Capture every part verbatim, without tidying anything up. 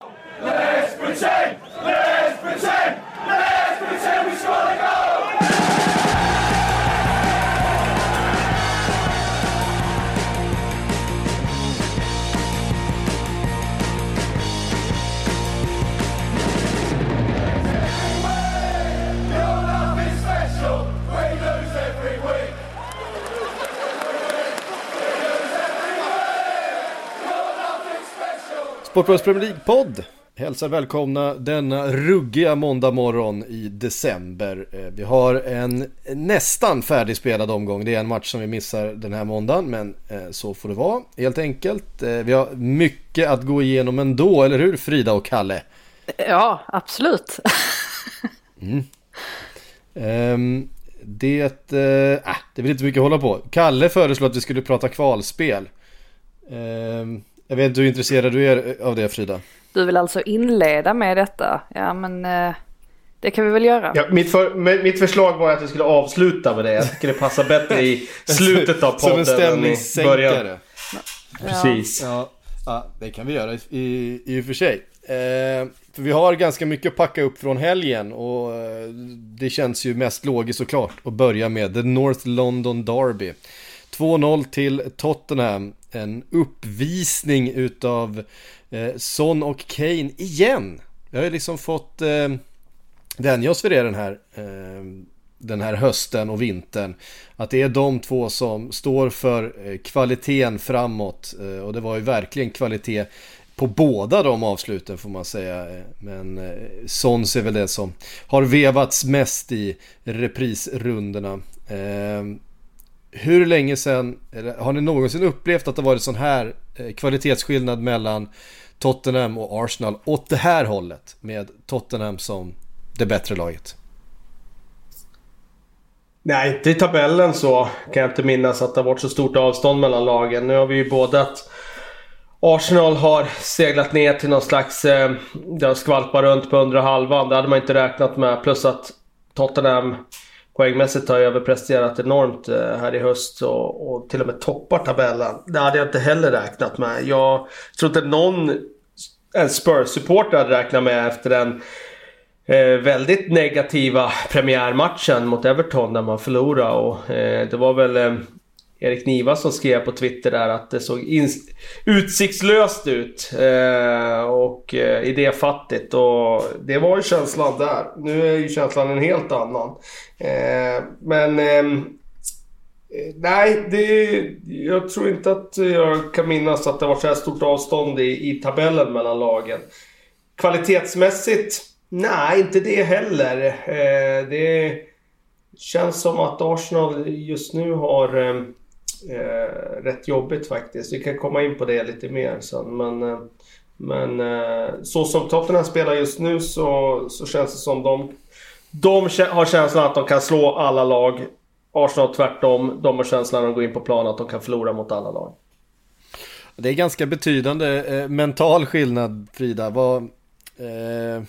Let's pretend! Let's pretend! Let's pretend we score the goal! You're nothing special. We lose every week. We lose every week. You're nothing special. Sportbladets Premier League-podd hälsar välkomna denna ruggiga måndag morgon i december. Vi har en nästan färdigspelad omgång. Det är en match som vi missar den här måndagen, men så får det vara helt enkelt. Vi har mycket att gå igenom ändå, eller hur Frida och Kalle? Ja, absolut. mm. um, det, uh, det vill inte mycket hålla på. Kalle föreslår att vi skulle prata kvalspel. Um, jag vet inte hur intresserad du är av det, Frida. Du vill alltså inleda med detta? Ja, men eh, det kan vi väl göra. Ja, mitt, för, mitt förslag var att vi skulle avsluta med det. Jag tycker det passar bättre i slutet av podden. Som en stämningssänkare. Precis. Ja, ja, det kan vi göra i, i, i och för sig. Eh, för vi har ganska mycket att packa upp från helgen. Och eh, det känns ju mest logiskt såklart att börja med The North London Derby. två noll till Tottenham. En uppvisning utav eh, Son och Kane igen. Jag har ju liksom fått eh, vänja oss för det den här, eh, den här hösten och vintern. Att det är de två som står för eh, kvaliteten framåt. Eh, och det var ju verkligen kvalitet på båda de avsluten får man säga. Men eh, Son är väl det som har vevats mest i reprisrundorna. Eh, Hur länge sedan, eller har ni någonsin upplevt att det varit sån här eh, kvalitetsskillnad mellan Tottenham och Arsenal åt det här hållet, med Tottenham som det bättre laget? Nej, inte i tabellen så kan jag inte minnas att det har varit så stort avstånd mellan lagen. Nu har vi ju både att Arsenal har seglat ner till någon slags eh, där skvalpar runt på undre halvan. Det hade man inte räknat med. Plus att Tottenham poängmässigt har överpresterat enormt här i höst och, och till och med toppar tabellen. Det hade jag inte heller räknat med. Jag tror inte någon en Spurs-supporter hade räknat med efter den eh, väldigt negativa premiärmatchen mot Everton där man förlorade. Och, eh, det var väl eh, Erik Niva som skrev på Twitter där att det såg ins- utsikslöst ut eh, och eh, idéfattigt, och det var ju känslan där. Nu är ju känslan en helt annan. Eh, men eh, nej, det, jag tror inte att jag kan minnas att det var så här stort avstånd i, i tabellen mellan lagen. Kvalitetsmässigt, nej, inte det heller. Eh, det känns som att Arsenal just nu har eh, Eh, rätt jobbigt faktiskt. Vi kan komma in på det lite mer sen. Men, eh, men eh, så som Tottenham spelar just nu så, så känns det som de, de har känslan att de kan slå alla lag. Arsenal tvärtom. De har känslan när de går in på plan att de kan förlora mot alla lag. Det är ganska betydande eh, mental skillnad, Frida. Vad... Eh...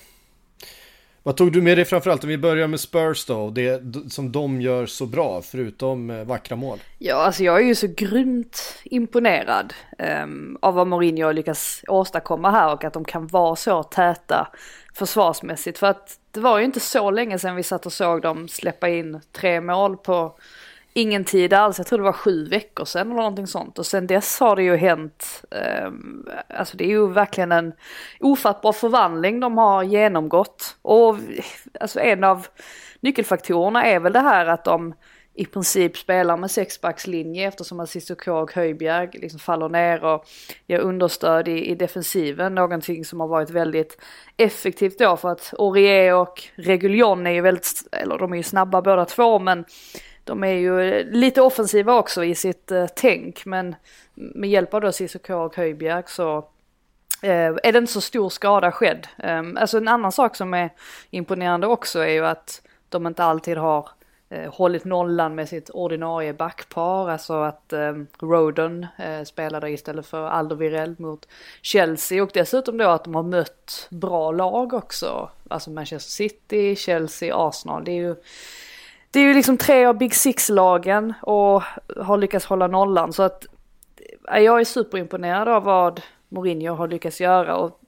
Vad tog du med dig framförallt om vi börjar med Spurs då, och det som de gör så bra förutom vackra mål? Ja, alltså jag är ju så grymt imponerad um, av vad Mourinho lyckas åstadkomma här och att de kan vara så täta försvarsmässigt. För att det var ju inte så länge sedan vi satt och såg dem släppa in tre mål på ingen tid alls. Jag tror det var sju veckor sedan eller någonting sånt. Och sen dess har det ju hänt, um, alltså det är ju verkligen en ofattbar förvandling de har genomgått. Och alltså en av nyckelfaktorerna är väl det här att de i princip spelar med sexbackslinje, eftersom att Sissoko och Højbjerg liksom faller ner och ger understöd i, i defensiven. Någonting som har varit väldigt effektivt då, för att Aurier och Reguilón är ju väldigt, eller de är ju snabba båda två, men de är ju lite offensiva också i sitt uh, tänk. Men med hjälp av då Sissoko och Højbjerg så uh, är det inte så stor skada skedd. Um, alltså en annan sak som är imponerande också är ju att de inte alltid har uh, hållit nollan med sitt ordinarie backpar. Alltså att um, Rodon uh, spelade istället för Alderweireld mot Chelsea. Och dessutom då att de har mött bra lag också. Alltså Manchester City, Chelsea, Arsenal. Det är ju Det är ju liksom tre av Big Six-lagen och har lyckats hålla nollan. Så att jag är superimponerad av vad Mourinho har lyckats göra. Och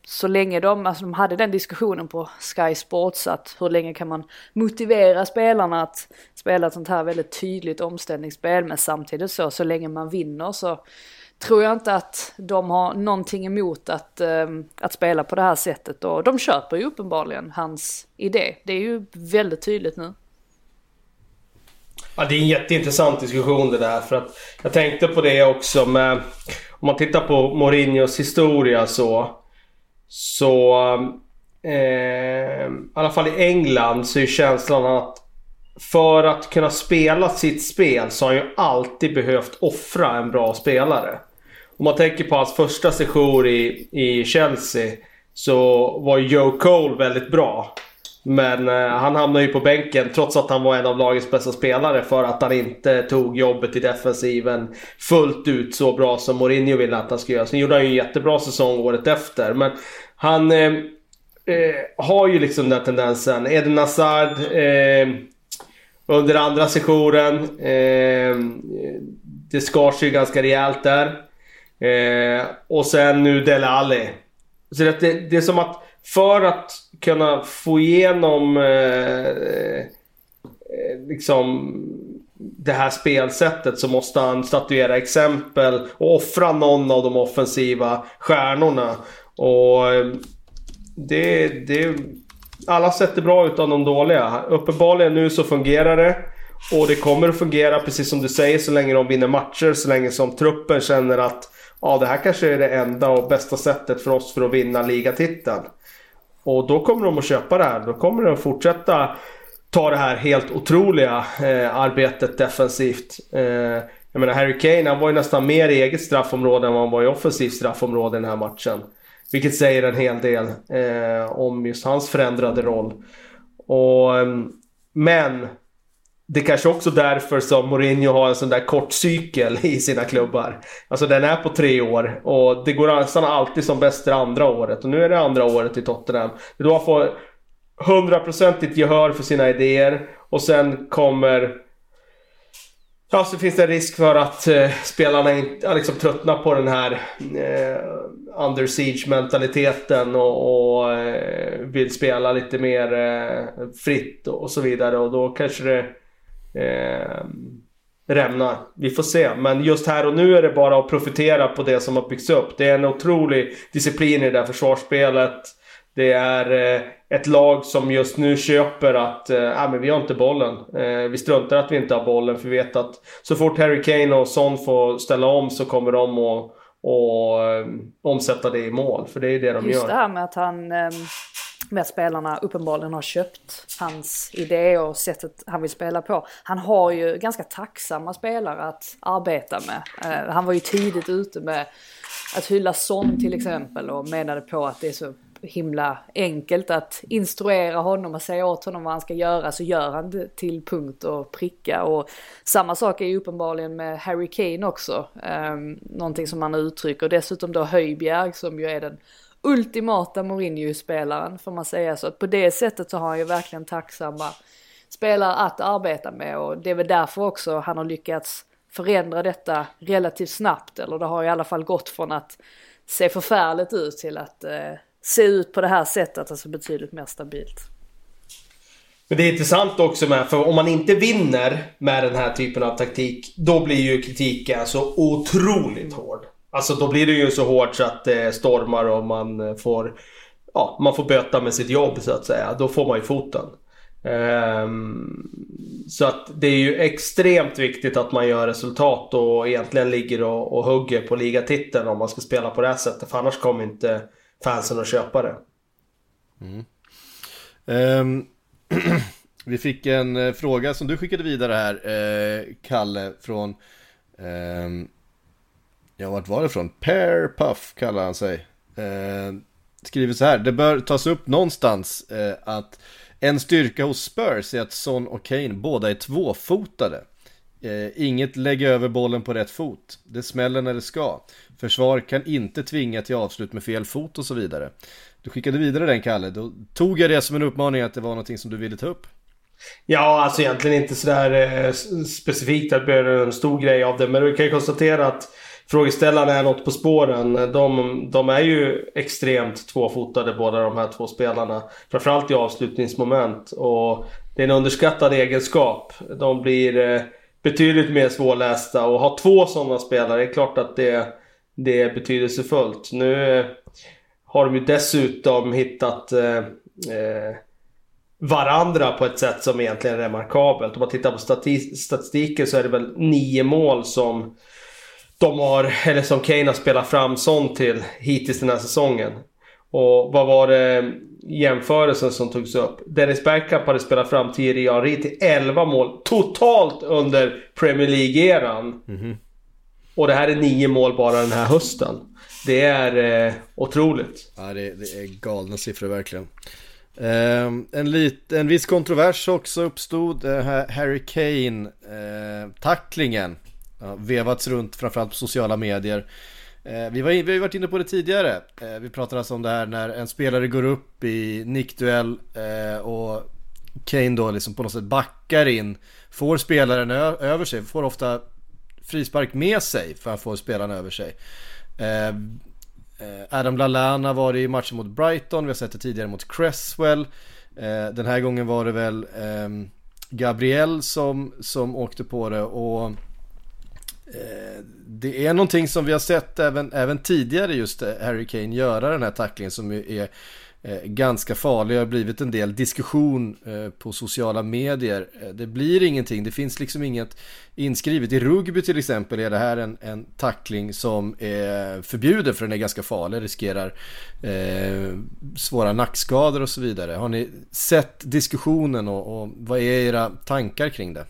så länge de, alltså de hade den diskussionen på Sky Sports att hur länge kan man motivera spelarna att spela ett sånt här väldigt tydligt omställningsspel, men samtidigt så, så länge man vinner så tror jag inte att de har någonting emot att, eh, att spela på det här sättet, och de köper ju uppenbarligen hans idé. Det är ju väldigt tydligt nu. Ja, det är en jätteintressant diskussion det där, för att jag tänkte på det också med, om man tittar på Mourinhos historia så så eh, i alla fall i England så är känslan att för att kunna spela sitt spel så har han ju alltid behövt offra en bra spelare. Om man tänker på hans första session i, i Chelsea så var Joe Cole väldigt bra. Men eh, han hamnade ju på bänken trots att han var en av lagets bästa spelare, för att han inte tog jobbet i defensiven fullt ut så bra som Mourinho ville att han skulle göra. Sen gjorde han ju en jättebra säsong året efter. Men han eh, eh, har ju liksom den tendensen. Eden Hazard eh, under andra sessionen eh, det skar sig ganska rejält där. Eh, och sen nu Dele Alli. Så det, det är som att för att kunna få igenom eh, eh, liksom det här spelsättet så måste han statuera exempel och offra någon av de offensiva stjärnorna. Och eh, det, det alla sätter bra ut av de dåliga. Uppenbarligen nu så fungerar det. Och det kommer att fungera precis som du säger så länge de vinner matcher, så länge som truppen känner att ja, det här kanske är det enda och bästa sättet för oss för att vinna ligatiteln. Och då kommer de att köpa det här. Då kommer de att fortsätta ta det här helt otroliga eh, arbetet defensivt. Eh, jag menar, Harry Kane, han var ju nästan mer i eget straffområde än vad han var i offensivt straffområde i den här matchen. Vilket säger en hel del eh, om just hans förändrade roll. Och, eh, men det är kanske också därför som Mourinho har en sån där kort cykel i sina klubbar. Alltså den är på tre år och det går nästan alltid som bäst det andra året. Och nu är det andra året i Tottenham. Det är då han får hundraprocentigt gehör för sina idéer. Och sen kommer... Ja, så finns det en risk för att eh, spelarna inte, liksom tröttnar på den här eh, under siege-mentaliteten och, och eh, vill spela lite mer eh, fritt och, och så vidare. Och då kanske det eh, rämnar. Vi får se. Men just här och nu är det bara att profitera på det som har byggts upp. Det är en otrolig disciplin i det där försvarsspelet. Det är eh, ett lag som just nu köper att eh, ah, men vi har inte bollen. Eh, vi struntar att vi inte har bollen, för vi vet att så fort Harry Kane och Son får ställa om så kommer de att och, eh, omsätta det i mål. För det är det de just gör. Just det här med att han... Eh... med att spelarna uppenbarligen har köpt hans idé och sättet han vill spela på. Han har ju ganska tacksamma spelare att arbeta med. Uh, han var ju tidigt ute med att hylla Son till exempel och menade på att det är så himla enkelt att instruera honom och säga åt honom vad han ska göra, så gör han det till punkt och pricka. Och samma sak är ju uppenbarligen med Harry Kane också. Um, någonting som han uttrycker. Dessutom då Højbjerg som ju är den ultimata Mourinho-spelaren, får man säga. Så att på det sättet så har han ju verkligen tacksamma spelare att arbeta med, och det är väl därför också han har lyckats förändra detta relativt snabbt, eller det har i alla fall gått från att se förfärligt ut till att eh, se ut på det här sättet, alltså betydligt mer stabilt. Men det är intressant också med, för om man inte vinner med den här typen av taktik, då blir ju kritiken så otroligt hård. Alltså då blir det ju så hårt så att det stormar och man får, ja, man får böta med sitt jobb så att säga. Då får man ju foten. Um, så att det är ju extremt viktigt att man gör resultat och egentligen ligger och, och hugger på ligatiteln om man ska spela på det här sättet. För annars kommer inte fansen att köpa det. Mm. Um, vi fick en uh, fråga som du skickade vidare här, uh, Kalle, från... Um, Ja, vart var det från? Per Puff kallar han sig. Eh, skriver så här: det bör tas upp någonstans eh, att en styrka hos Spurs är att Son och Kane båda är tvåfotade. Eh, inget lägger över bollen på rätt fot. Det smäller när det ska. Försvar kan inte tvinga till avslut med fel fot och så vidare. Du skickade vidare den, Kalle. Då tog jag det som en uppmaning att det var någonting som du ville ta upp. Ja, alltså egentligen inte sådär eh, specifikt att det blir en stor grej av det. Men vi kan ju konstatera att frågeställarna är något på spåren. De, de är ju extremt tvåfotade, båda de här två spelarna. Framförallt i avslutningsmoment. Och det är en underskattad egenskap. De blir eh, betydligt mer svårlästa. Och ha två sådana spelare, det är klart att det, det är betydelsefullt. Nu eh, har de ju dessutom hittat eh, eh, varandra på ett sätt som egentligen är remarkabelt. Om man tittar på stati- statistiken så är det väl nio mål som de har, eller som Kane har spelat fram sånt till hittills den här säsongen. Och vad var det jämförelsen som togs upp? Dennis Bergkamp hade spelat fram Thierry Henry till elva mål totalt under Premier League-eran. Mm-hmm. Och det här är nio mål bara den här hösten. Det är eh, otroligt. Ja, det, det är galna siffror verkligen. Eh, en, lit, en viss kontrovers också uppstod. Eh, Harry Kane eh, tacklingen. Ja, vevats runt framförallt på sociala medier. Eh, vi, var in, vi har varit inne på det tidigare. Eh, vi pratade alltså om det här när en spelare går upp i nickduell eh, och Kane då liksom på något sätt backar in. Får spelaren ö- över sig. Får ofta frispark med sig för att få spelaren över sig. Eh, Adam Lallana var det i matchen mot Brighton. Vi har sett det tidigare mot Cresswell. eh, Den här gången var det väl eh, Gabriel som, som åkte på det. Och eh, det är någonting som vi har sett även, även tidigare, just Harry Kane göra den här tacklingen som är eh, ganska farlig. Det har blivit en del diskussion eh, på sociala medier. eh, Det blir ingenting, det finns liksom inget inskrivet. I rugby till exempel är det här en, en tackling som är förbjuden för den är ganska farlig, riskerar eh, svåra nackskador och så vidare. Har ni sett diskussionen och, och vad är era tankar kring det?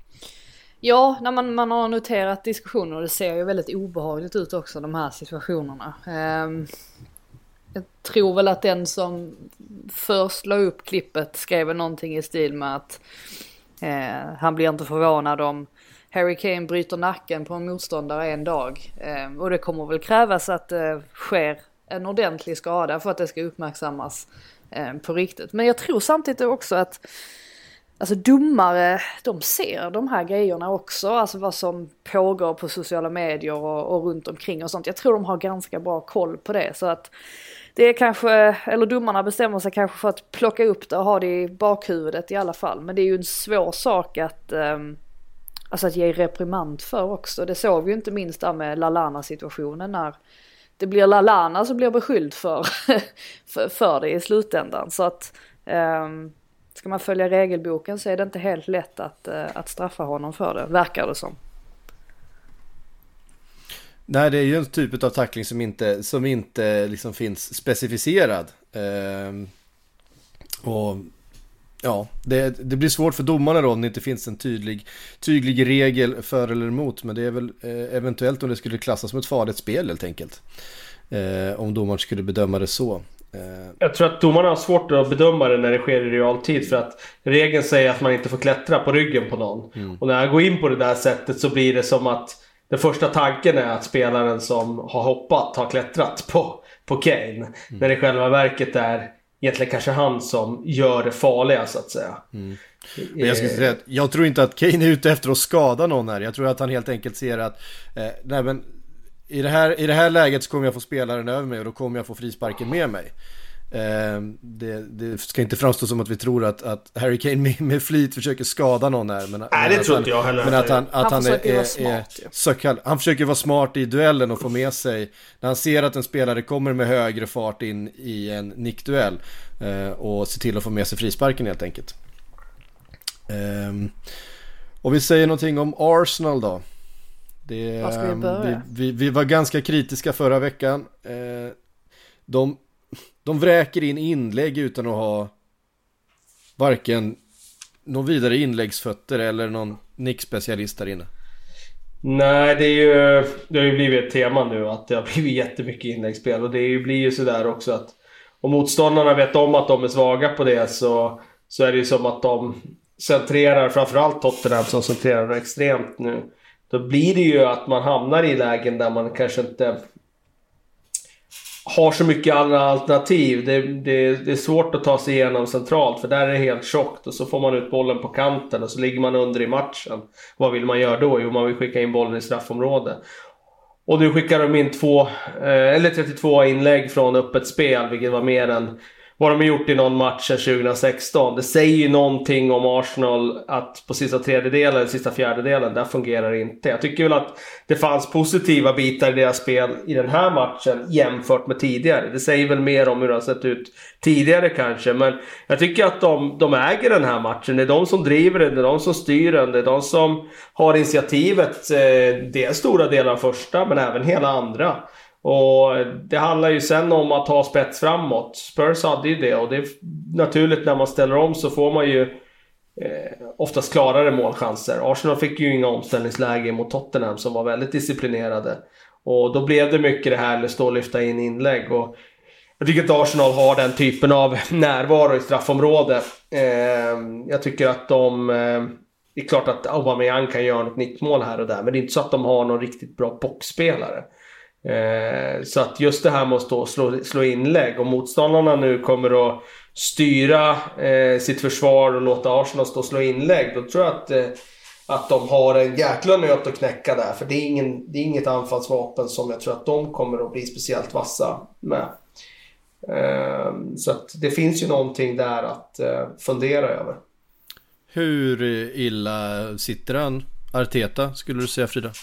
Ja, när man, man har noterat diskussioner, och det ser ju väldigt obehagligt ut också, de här situationerna. Um, jag tror väl att den som först la upp klippet skrev någonting i stil med att eh, han blir inte förvånad om Harry Kane bryter nacken på en motståndare en dag. Eh, och det kommer väl krävas att det eh, sker en ordentlig skada för att det ska uppmärksammas eh, på riktigt. Men jag tror samtidigt också att alltså domare, de ser de här grejerna också, alltså vad som pågår på sociala medier och, och runt omkring och sånt. Jag tror de har ganska bra koll på det, så att det är kanske, eller domarna bestämmer sig kanske för att plocka upp det och ha det i bakhuvudet i alla fall. Men det är ju en svår sak att, um, alltså att ge reprimand för också. Det såg vi ju inte minst där med Lallana-situationen, när det blir Lallana som blir beskylld för, för, för det i slutändan. Så att um, ska man följa regelboken så är det inte helt lätt att, uh, att straffa honom för det, verkar det som. Nej, det är ju en typ av tackling som inte, som inte liksom finns specificerad. Eh, och ja, det, det blir svårt för domarna då om det inte finns en tydlig, tydlig regel för eller emot. Men det är väl eh, eventuellt om det skulle klassas som ett farligt spel helt enkelt. Eh, om domaren skulle bedöma det så. Eh. Jag tror att domarna har svårt att bedöma det när det sker i realtid, för att regeln säger att man inte får klättra på ryggen på någon. Mm. Och när jag går in på det där sättet så blir det som att den första tanken är att spelaren som har hoppat har klättrat på, på Kane. Mm. När det i själva verket är egentligen kanske han som gör det farliga, så att säga. Mm. Men jag, ska säga att jag tror inte att Kane är ute efter att skada någon här. Jag tror att han helt enkelt ser att eh, nej, men i, det här, i det här läget så kommer jag få spelaren över mig och då kommer jag få frisparken med mig. Eh, det, det ska inte framstå som att vi tror att, att Harry Kane med, med flit försöker skada någon här, men, nej, men det att tror han, inte jag heller. men att han, att han, han försöker är, vara är, smart, är så kall, han försöker vara smart i duellen och få med sig när han ser att en spelare kommer med högre fart in i en nickduell eh, och se till att få med sig frisparken helt enkelt. Eh, och vi säger någonting om Arsenal då. Det, Vad ska vi börja? Vi, vi, vi var ganska kritiska förra veckan. Eh, de De vräker in inlägg utan att ha varken någon vidare inläggsfötter eller någon nickspecialist där inne. Nej, det, är ju, det har ju blivit ett tema nu att det har blivit jättemycket inläggsspel. Och det är ju, blir ju sådär också att om motståndarna vet om att de är svaga på det, så, så är det ju som att de centrerar, framförallt Tottenham som centrerar extremt nu. Då blir det ju att man hamnar i lägen där man kanske inte har så mycket andra alternativ. Det, det, det är svårt att ta sig igenom centralt, för där är det helt tjockt och så får man ut bollen på kanten och så ligger man under i matchen. Vad vill man göra då? Jo, man vill skicka in bollen i straffområdet. Och nu skickar de in två, eh, eller trettiotvå inlägg från öppet spel, vilket var mer än vad de har gjort i någon match sedan tjugo sexton. Det säger ju någonting om Arsenal att på sista tredjedelen eller sista fjärdedelen, där fungerar det inte. Jag tycker väl att det fanns positiva bitar i deras spel i den här matchen jämfört med tidigare. Det säger väl mer om hur det har sett ut tidigare kanske. Men jag tycker att de, de äger den här matchen. Det är de som driver den, det är de som styr den, det är de som har initiativet. Det är stora delar av första, men även hela andra. Och det handlar ju sen om att ta spets framåt. Spurs hade ju det, och det är naturligt när man ställer om så får man ju eh, oftast klarare målchanser. Arsenal fick ju inga omställningsläge mot Tottenham som var väldigt disciplinerade. Och då blev det mycket det här att stå och lyfta in inlägg. Och jag tycker att Arsenal har den typen av närvaro i straffområdet. Eh, jag tycker att de... Eh, det är klart att Aubameyang kan göra något nittmål här och där, men det är inte så att de har någon riktigt bra boxspelare. Eh, så att just det här måste stå, slå, slå inlägg, och motståndarna nu kommer att styra eh, sitt försvar och låta Arsenal stå och slå inlägg. Då tror jag att, eh, att de har en jäkla nöt att knäcka där, för det är, ingen, det är inget anfallsvapen som jag tror att de kommer att bli speciellt vassa med. Eh, så att det finns ju någonting där att eh, fundera över. Hur illa sitter han, Arteta, skulle du säga, Frida?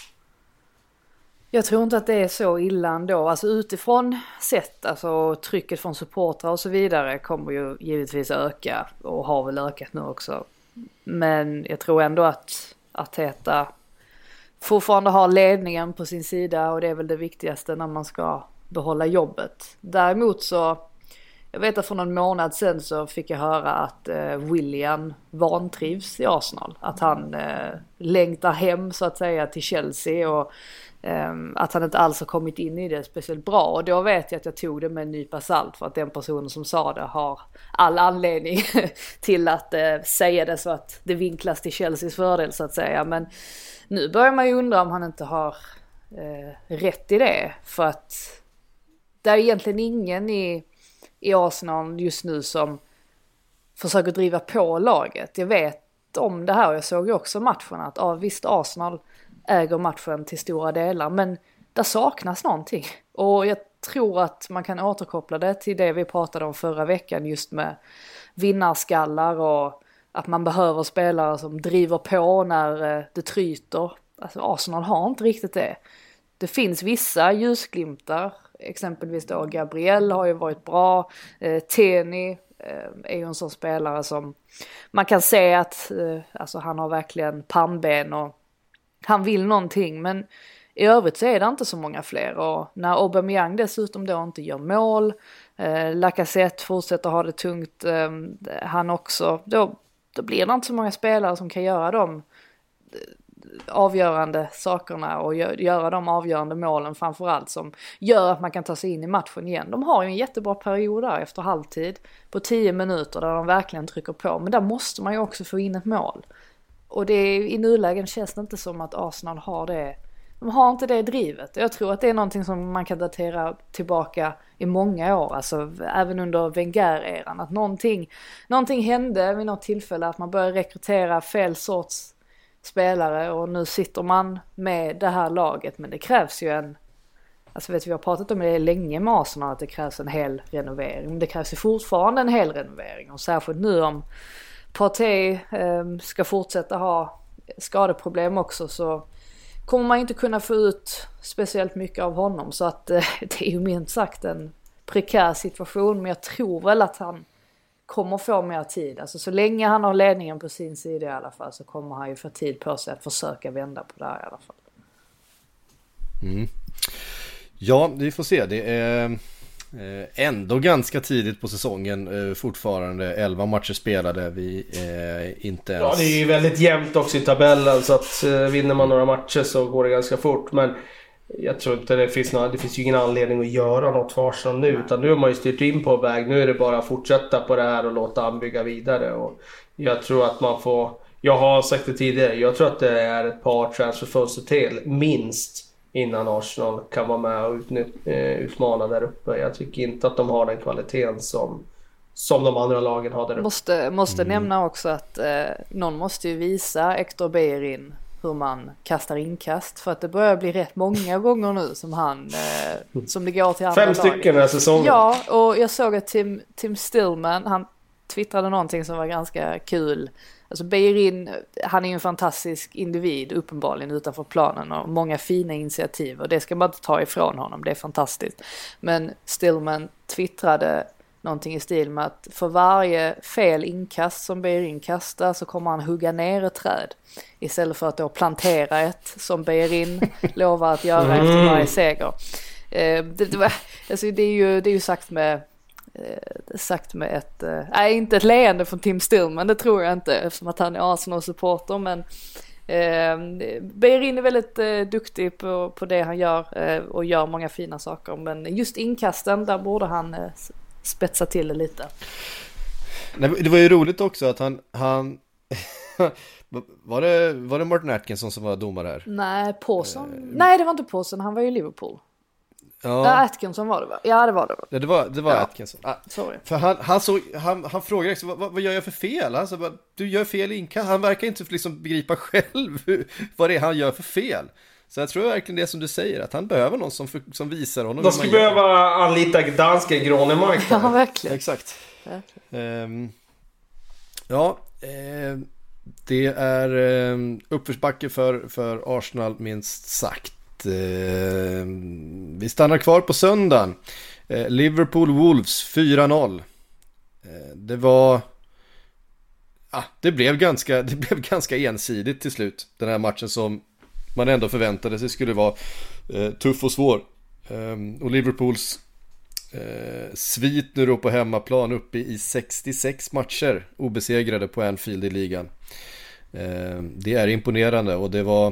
Jag tror inte att det är så illa ändå. Alltså utifrån sett, alltså trycket från supportrar och så vidare kommer ju givetvis öka, och har väl ökat nu också. Men jag tror ändå att Arteta fortfarande har ledningen på sin sida, och det är väl det viktigaste när man ska behålla jobbet. Däremot så, jag vet att för någon månad sedan så fick jag höra att eh, Willian vantrivs i Arsenal. Att han eh, längtar hem så att säga till Chelsea, och att han inte alls har kommit in i det speciellt bra. Och då vet jag att jag tog det med en nypa salt, för att den personen som sa det har all anledning till att eh, säga det så att det vinklas till Chelseas fördel så att säga. Men nu börjar man ju undra om han inte har eh, rätt i det, för att det är egentligen ingen i, i Arsenal just nu som försöker driva på laget. Jag vet om det här, och jag såg ju också matchen att ja, visst, Arsenal äger matchen till stora delar, men där saknas någonting. Och jag tror att man kan återkoppla det till det vi pratade om förra veckan, just med vinnarskallar och att man behöver spelare som driver på när det tryter. Alltså Arsenal har inte riktigt det. Det finns vissa ljusglimtar, exempelvis då Gabriel har ju varit bra, eh, Teni eh, är ju en sån spelare som man kan se att eh, alltså han har verkligen pannben och han vill någonting, men i övrigt så är det inte så många fler. Och när Aubameyang dessutom då inte gör mål, eh, Lacazette fortsätter ha det tungt, eh, han också, då, då blir det inte så många spelare som kan göra de avgörande sakerna och gö- göra de avgörande målen framförallt, som gör att man kan ta sig in i matchen igen. De har ju en jättebra period där efter halvtid på tio minuter där de verkligen trycker på, men där måste man ju också få in ett mål. Och det är, i nulägen känns det inte som att Arsenal har det. De har inte det drivet. Jag tror att det är någonting som man kan datera tillbaka i många år. Alltså även under Wenger-eran. Att någonting, någonting hände vid något tillfälle. Att man började rekrytera fel sorts spelare. Och nu sitter man med det här laget. Men det krävs ju en... Alltså vet vi har pratat om det länge med Arsenal. Att det krävs en hel renovering. Men det krävs ju fortfarande en hel renovering. Och särskilt nu om Partey eh, ska fortsätta ha skadeproblem också, så kommer man inte kunna få ut speciellt mycket av honom. Så att eh, det är ju minst sagt en prekär situation, men jag tror väl att han kommer få mer tid. Alltså så länge han har ledningen på sin sida i alla fall, så kommer han ju få tid på sig att försöka vända på det här i alla fall. Mm. Ja, vi får se. Det är ändå ganska tidigt på säsongen, fortfarande elva matcher spelade. Vi är inte ens... Ja, det är ju väldigt jämnt också i tabellen, så att vinner man några matcher så går det ganska fort. Men jag tror inte det finns några, det finns ju ingen anledning att göra något för Arsenal nu, utan nu har man ju styrt in på väg. Nu är det bara att fortsätta på det här och låta han bygga vidare. Och jag tror att man får, jag har sagt det tidigare, jag tror att det är ett par transferfönster till minst innan Arsenal kan vara med och utnyt- utmana där uppe. Jag tycker inte att de har den kvaliteten som, som de andra lagen har där uppe. Måste, måste mm. nämna också att eh, någon måste ju visa Hector Bellerin hur man kastar inkast. För att det börjar bli rätt många gånger nu som han eh, som det går till andra Fem lag. stycken den här säsongen. Ja, och jag såg att Tim, Tim Stillman, han twittrade någonting som var ganska kul. Alltså Bellerin, han är ju en fantastisk individ uppenbarligen utanför planen och många fina initiativ och det ska man inte ta ifrån honom, det är fantastiskt. Men Stillman twittrade någonting i stil med att för varje fel inkast som Bellerin kastar så kommer han hugga ner ett träd istället för att då plantera ett som Bellerin lovar att göra mm. efter varje seger. Eh, det, det, var, alltså det, är ju, det är ju sagt med eh, sagt med ett eh, nej, inte ett leende från Tim Stillman, det tror jag inte eftersom att han är Arsenal-supporter, men eh, Bellerin är väldigt eh, duktig på, på det han gör eh, och gör många fina saker, men just inkasten där borde han eh, spetsa till det lite. Det var ju roligt också att han, han var, det, var det Martin Atkinson som var domare här? Nej, Pawson. Uh, Nej, det var inte Pawson, han var ju i Liverpool. Ja. Ja, Atkinson var det va? Ja, det var det. Ja, det var, det var ja. Atkinson. Ah, sorry. För han, han, såg, han, han frågade liksom, vad, vad gör jag för fel? Han sa, du gör fel inkast. Han verkar inte liksom begripa själv hur, vad det är han gör för fel. Så jag tror verkligen det som du säger, att han behöver någon som, som visar honom. De skulle behöva anlita danska Gronemark. Ja, verkligen. Exakt. Verkligen. Um, ja, eh, det är eh, uppförsbacke för, för Arsenal minst sagt. Eh, vi stannar kvar på söndagen. Eh, Liverpool Wolves fyra noll. Eh, det var... Ah, det blev ganska, det blev ganska ensidigt till slut. Den här matchen som man ändå förväntade sig skulle vara eh, tuff och svår. Um, och Liverpools eh, svit nu då på hemmaplan uppe i sextiosex matcher obesegrade på Anfield i ligan. Eh, det är imponerande och det var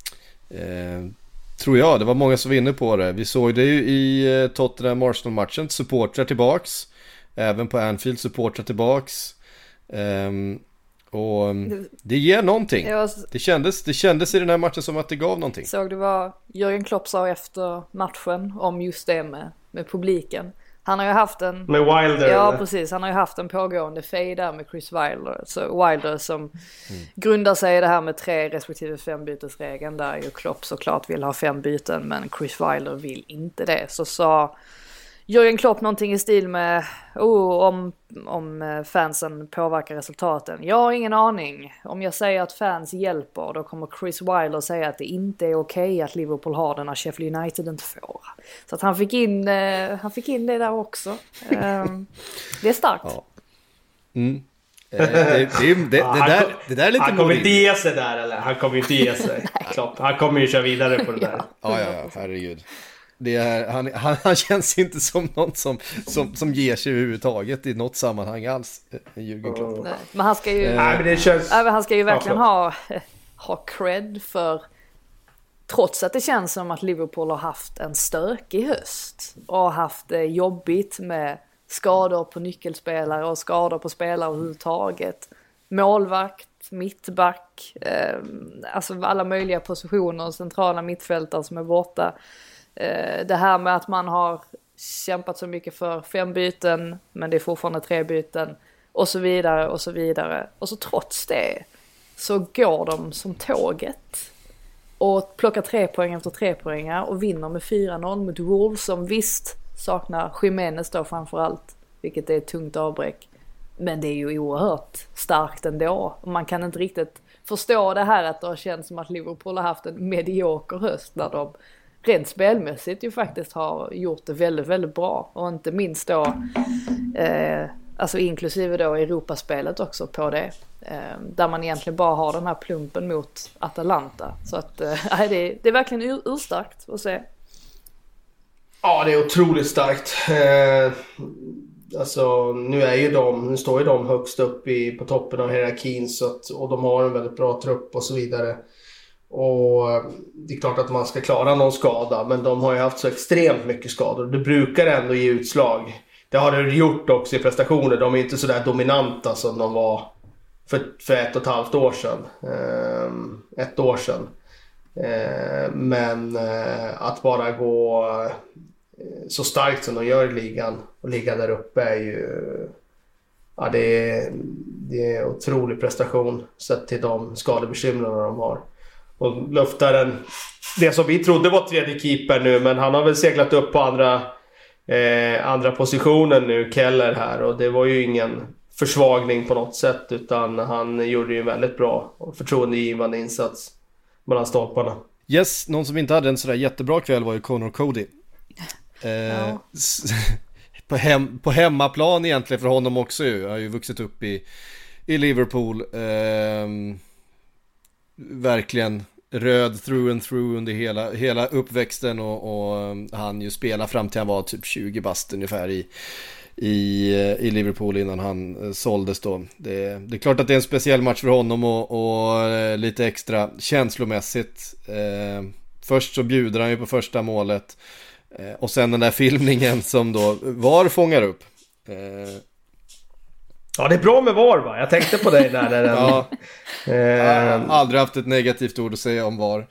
eh, tror jag, det var många som var inne på det. Vi såg det ju i eh, Tottenham Arsenal-matchen, supportrar tillbaks. Även på Anfield supportrar tillbaks. Um, Och det ger någonting. Det, var... det, kändes, det kändes i den här matchen som att det gav någonting. Såg det var Jürgen Klopp sa efter matchen om just det med, med publiken. Han har ju haft en... Med Wilder? Ja, eller? precis. Han har ju haft en pågående fade där med Chris Wilder. Så Wilder som mm. grundar sig i det här med tre respektive fem bytesregeln. Där ju Klopp såklart vill ha fem byten men Chris Wilder vill inte det. Så sa Jürgen Klopp någonting i stil med oh, om, om fansen påverkar resultaten. Jag har ingen aning. Om jag säger att fans hjälper, då kommer Chris Wilder säga att det inte är okej att Liverpool har den när Sheffield United inte får. Så att han fick in, eh, han fick in det där också. Eh, det är starkt. Ja. Mm. Eh, det, det, det, det, ja, det, där, kom, det där är lite han kommer inte ge sig där, eller? Han kommer inte ge sig. Klart. Han kommer ju köra vidare på det där. Ja, ja, ja, herregud. Det är, han, han, han känns inte som någon som, som, som ger sig överhuvudtaget i något sammanhang alls, Jürgen Klopp. Nej, men han ska ju, eh, nej, men det känns... äh, han ska ju verkligen ha, ha cred för, trots att det känns som att Liverpool har haft en stökig höst och haft det jobbigt med skador på nyckelspelare och skador på spelare överhuvudtaget. Målvakt, mittback, eh, alltså alla möjliga positioner, centrala mittfältare som är borta. Det här med att man har kämpat så mycket för fem byten men det är fortfarande tre byten och så vidare och så vidare. Och så trots det så går de som tåget och plockar tre poäng efter tre poängar och vinner med fyra noll mot Wolves som visst saknar Jimenez då framförallt, vilket är ett tungt avbräck. Men det är ju oerhört starkt ändå. Och man kan inte riktigt förstå det här att det har känts som att Liverpool har haft en medioker höst när de rent spelmässigt ju faktiskt har gjort det väldigt, väldigt bra. Och inte minst då, eh, alltså inklusive då Europaspelet också på det. Eh, där man egentligen bara har den här plumpen mot Atalanta. Så att eh, det, är, det är verkligen ur, urstarkt att se. Ja, det är otroligt starkt. Eh, alltså nu är ju de, nu står ju de högst upp i, på toppen av hierarkin så att, och de har en väldigt bra trupp och så vidare. Och det är klart att man ska klara någon skada, men de har ju haft så extremt mycket skador. Det brukar ändå ge utslag. Det har det gjort också i prestationer. De är inte så där dominanta som de var för, för ett och ett halvt år sedan. Eh, ett år sedan. Eh, men eh, att bara gå eh, så starkt som de gör i ligan och ligga där uppe är ju... Ja, det är, det är otrolig prestation sett till de skadebekymren de har. och luftar en, det som vi trodde var tredje keeper nu, men han har väl seglat upp på andra eh, andra positionen nu, Keller här, och det var ju ingen försvagning på något sätt, utan han gjorde ju en väldigt bra och förtroendegivande insats mellan stolparna. Yes, någon som inte hade en sådär jättebra kväll var ju Conor Cody. Eh, Ja. på, hem, på hemmaplan egentligen för honom också ju. Han har ju vuxit upp i, i Liverpool. Eh, verkligen röd through and through under hela, hela uppväxten, och, och han ju spelar fram till han var typ tjugo bast ungefär i, i, i Liverpool innan han såldes då. Det, det är klart att det är en speciell match för honom, och, och lite extra känslomässigt. Eh, först så bjuder han ju på första målet, eh, och sen den där filmningen som då VAR fångar upp. Eh, Ja, det är bra med VAR, va? Jag tänkte på dig där. där den, ja, eh, jag har aldrig haft ett negativt ord att säga om VAR.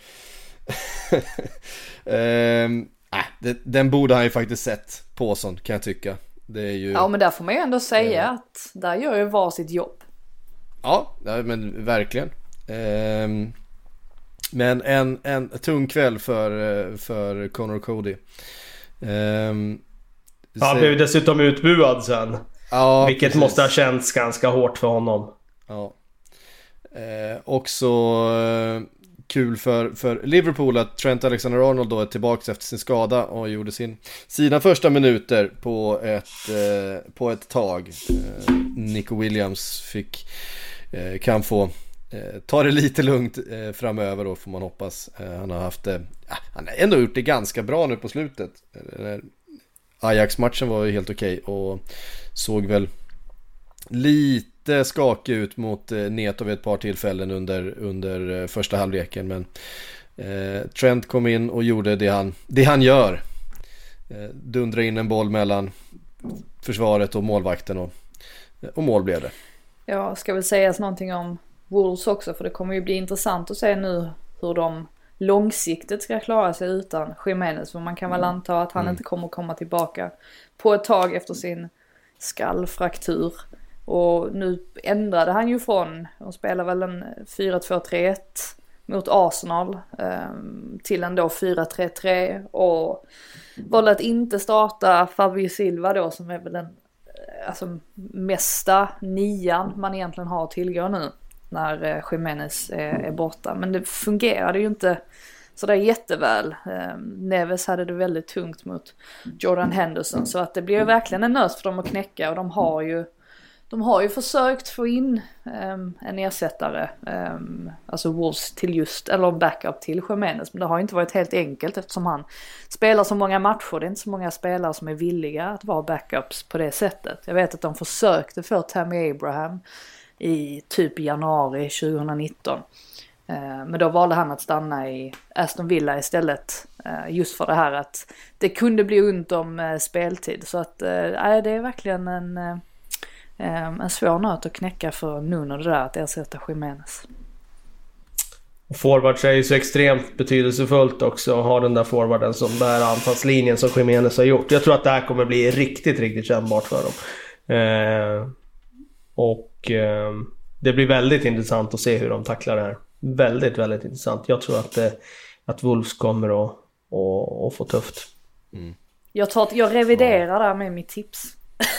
eh, äh, det, den borde han ju faktiskt sett på sånt, kan jag tycka. Det är ju... Ja, men där får man ju ändå säga mm. att där gör ju VAR sitt jobb. Ja, men verkligen. Ehm, men en, en tung kväll för, för Conor Cody. Ehm, han blev dessutom utbuad sen. Ja, vilket precis. måste ha känts ganska hårt för honom. Ja. Ehm, också eh, kul för, för Liverpool att Trent Alexander-Arnold då är tillbaka efter sin skada och gjorde sin, sina första minuter på ett, eh, på ett tag. Eh, Nico Williams fick, eh, kan få eh, ta det lite lugnt eh, framöver då, får man hoppas. Eh, han har haft det, ja, han har ändå gjort det ganska bra nu på slutet. Eh, Ajax-matchen var ju helt okej och såg väl lite skakig ut mot eh, Neto vid ett par tillfällen under, under eh, första halvleken, men eh, Trent kom in och gjorde det han, det han gör. Eh, dundra in en boll mellan försvaret och målvakten, och, och mål blev det. Ja, ska väl sägas någonting om Wolves också, för det kommer ju bli intressant att se nu hur de långsiktigt ska klara sig utan Jimenez, för man kan väl anta att han mm. inte kommer komma tillbaka på ett tag efter sin skallfraktur. Och nu ändrade han ju från, de spelar väl en fyra två tre ett mot Arsenal eh, till en då fyra tre tre, och valde att inte starta Fabio Silva då, som är väl den alltså mesta nian man egentligen har att tillgå nu när eh, Jimenez är, är borta. Men det fungerade ju inte så där jätteväl. Eh, Neves hade det väldigt tungt mot Jordan Henderson, så att det blir ju verkligen en nöt för dem att knäcka, och de har ju De har ju försökt få in um, en ersättare, um, alltså Wolves till just, eller backup till Jimenez, men det har inte varit helt enkelt eftersom han spelar så många matcher. Det är inte så många spelare som är villiga att vara backups på det sättet. Jag vet att de försökte få Tammy Abraham i typ januari tjugonitton, uh, men då valde han att stanna i Aston Villa istället, uh, just för det här att det kunde bli ont om uh, speltid. Så att uh, det är verkligen en... Uh, En svår nöt att knäcka för Nuno, det där att ersätta Jimenez. Forwards är ju så extremt betydelsefullt också att ha den där forwarden som bär anfallslinjen som Jimenez har gjort. Jag tror att det här kommer bli riktigt, riktigt kännbart för dem. Eh, och eh, det blir väldigt intressant att se hur de tacklar det här. Väldigt, väldigt intressant. Jag tror att, eh, att Wolves kommer att, att, att få tufft. Mm. Jag, tar, jag reviderar där med mitt tips.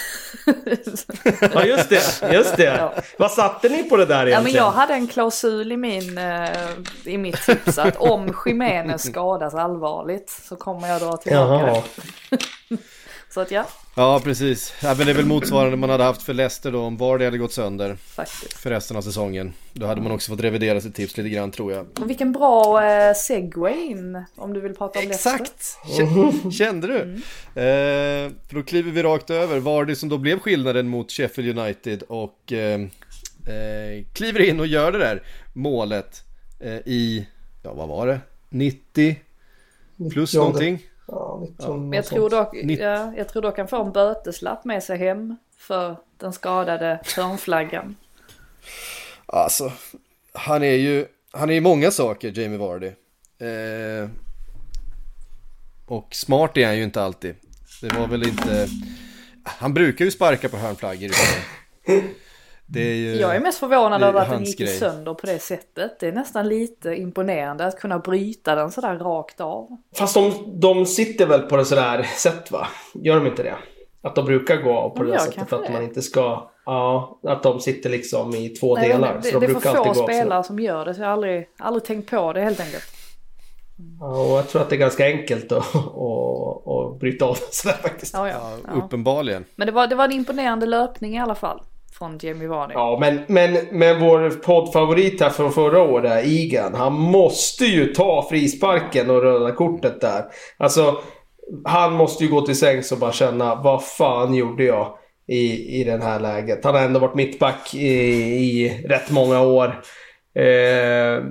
Ja, just det, just det. Ja. Vad satte ni på det där egentligen? Ja, men jag hade en klausul i, min, i mitt tips att om Jimenez skadas allvarligt så kommer jag dra tillbaka det. Så att ja. Ja, precis. Ja, men det är väl motsvarande man hade haft för Leicester då, om Vardy hade gått sönder. Faktiskt. För resten av säsongen. Då hade man också fått revidera sitt tips lite grann, tror jag. Och vilken bra eh, segway in, om du vill prata om Leicester. Exakt! K- kände du? Mm. Eh, för då kliver vi rakt över. Vardy som då blev skillnaden mot Sheffield United och eh, eh, kliver in och gör det där målet eh, i, ja vad var det? nittio plus ja, någonting. Ja, ja. Men jag tror dock ja, jag tror dock han får en böteslapp med sig hem för den skadade hörnflaggan. Alltså, han är ju han är ju många saker, Jamie Vardy. Eh, och smart är han ju inte alltid. Det var väl inte... Han brukar ju sparka på hörnflaggor. Det är ju, jag är mest förvånad är över att den hans gick grej. sönder på det sättet. Det är nästan lite imponerande att kunna bryta den sådär rakt av. Fast de, de sitter väl på det sådär sätt, va? Gör de inte det? Att de brukar gå av på De det gör där sättet kanske för att det. man inte ska... Ja, att de sitter liksom i två Nej, delar. det, så de det är brukar för alltid få gå av så. spelare som gör det, så jag har aldrig, aldrig tänkt på det helt enkelt. Ja, och jag tror att det är ganska enkelt att, att, att bryta av sådär faktiskt. Ja, ja, Ja, ja. uppenbarligen. Men det var, det var en imponerande löpning i alla fall från Jamie Vardy. Ja, men, men, men vår poddfavorit här från förra året, Egan, han måste ju ta frisparken och röda kortet där. Alltså, han måste ju gå till sängs och bara känna, vad fan gjorde jag i, i den här läget? Han har ändå varit mittback i, i rätt många år. Eh,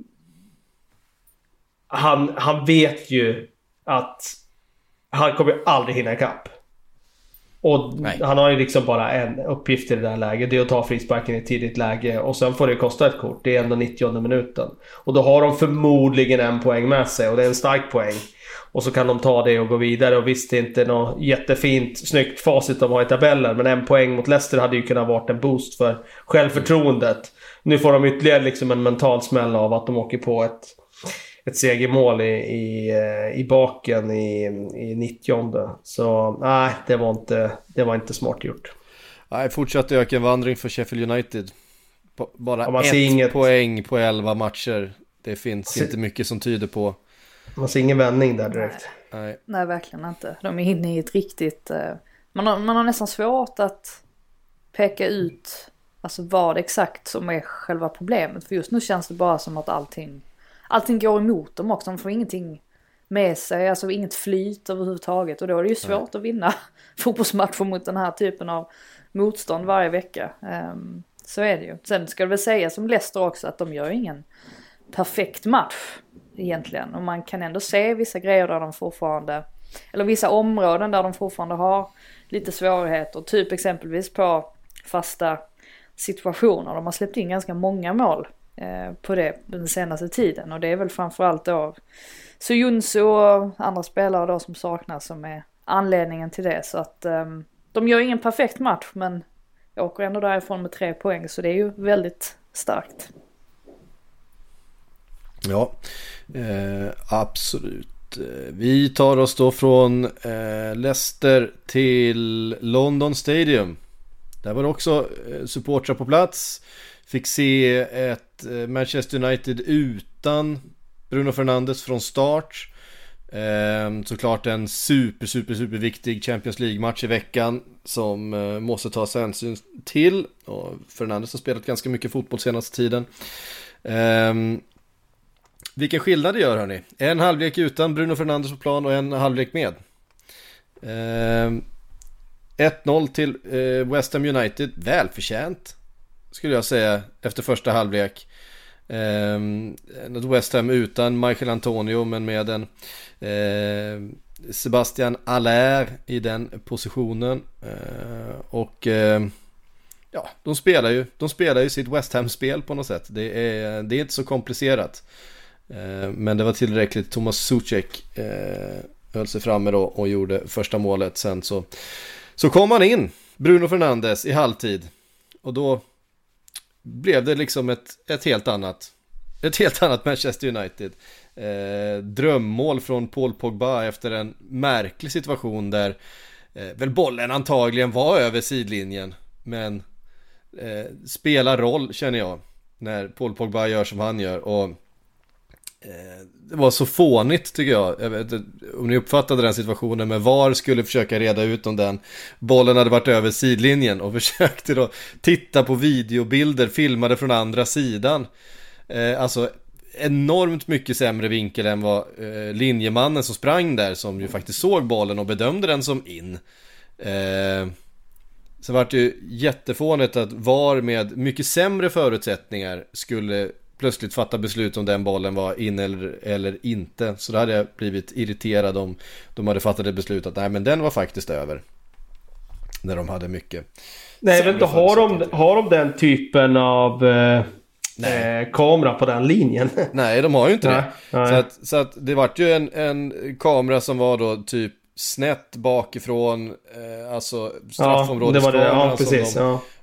han, han vet ju att han kommer aldrig hinna ikapp. Och Nej. han har ju liksom bara en uppgift i det där läget. Det är att ta frisparken i ett tidigt läge. Och sen får det kosta ett kort. Det är ändå nittionde minuten. Och då har de förmodligen en poäng med sig. Och det är en stark poäng. Och så kan de ta det och gå vidare. Och visst, det är inte något jättefint, snyggt facit de har i tabellen. Men en poäng mot Leicester hade ju kunnat vara en boost för självförtroendet. Nu får de ytterligare liksom en mental smäll av att de åker på ett... ett segermål i, i, i baken i, i nittionde. Så nej, det var inte, det var inte smart gjort. Nej, fortsatt ökenvandring för Sheffield United. B- bara Ja, man ett ser inget- poäng på elva matcher. Det finns ser- inte mycket som tyder på. Man ser ingen vändning där direkt. Nej. Nej, verkligen inte. De är inne i ett riktigt... Eh, man, har, man har nästan svårt att peka ut alltså vad exakt som är själva problemet. För just nu känns det bara som att allting, allting går emot dem också. De får ingenting med sig, alltså inget flyt överhuvudtaget. Och då är det ju svårt Nej. att vinna fotbollsmatcher mot den här typen av motstånd varje vecka. Um, så är det ju. Sen ska det väl säga som Leicester också att de gör ingen perfekt match egentligen. Och man kan ändå se vissa grejer där de fortfarande, eller vissa områden där de fortfarande har lite svårigheter. Typ exempelvis på fasta situationer. De har släppt in ganska många mål eh, på det den senaste tiden. Och det är väl framförallt då Soyuncu och andra spelare då som saknas som är anledningen till det. Så att eh, de gör ingen perfekt match, men jag åker ändå därifrån med tre poäng. Så det är ju väldigt starkt. Ja, eh, absolut. Vi tar oss då från eh, Leicester till London Stadium. Där var det också eh, supportrar på plats. Fick se ett eh, Manchester United utan Bruno Fernandes från start. Eh, såklart en super, super, super viktig Champions League-match i veckan som eh, måste tas hänsyn till. Och Fernandes har spelat ganska mycket fotboll senaste tiden. Eh, Vilken skillnad det gör, hörni. En halvlek utan Bruno Fernandes på plan och en halvlek med. Eh, ett noll till eh, West Ham United. Välförtjänt, skulle jag säga, efter första halvlek. Eh, West Ham utan Michael Antonio, men med en eh, Sebastian Haller i den positionen. Eh, och... Eh, Ja, de spelar ju, de spelar ju sitt West Ham-spel på något sätt. Det är, det är inte så komplicerat. Eh, men det var tillräckligt. Thomas Soucek eh, höll sig framme då och gjorde första målet. Sen så, så kom han in, Bruno Fernandes, i halvtid. Och då blev det liksom ett, ett helt annat ett helt annat Manchester United. Eh, drömmål från Paul Pogba efter en märklig situation där eh, väl bollen antagligen var över sidlinjen. Men eh, spelar roll, känner jag, när Paul Pogba gör som han gör. Och eh, det var så fånigt, tycker jag. Jag vet, om ni uppfattade den situationen, med V A R skulle försöka reda ut om den bollen hade varit över sidlinjen, och försökte då titta på videobilder filmade från andra sidan. Eh, alltså enormt mycket sämre vinkel än vad eh, linjemannen som sprang där, som ju faktiskt såg bollen och bedömde den som in. Eh, Så var det ju jättefånigt att V A R med mycket sämre förutsättningar skulle plötsligt fatta beslut om den bollen var in eller, eller inte. Så då hade jag blivit irriterad om de hade fattat det beslutet att nej, men den var faktiskt över. När de hade mycket. Nej, men då har de, har de den typen av eh, eh, kamera på den linjen? Nej, de har ju inte nej, det. nej. Så, att, så att det var ju en, en kamera som var då typ snett bakifrån, eh, alltså straffområdeskameran, ja, det var det. Ja, precis, som de ja.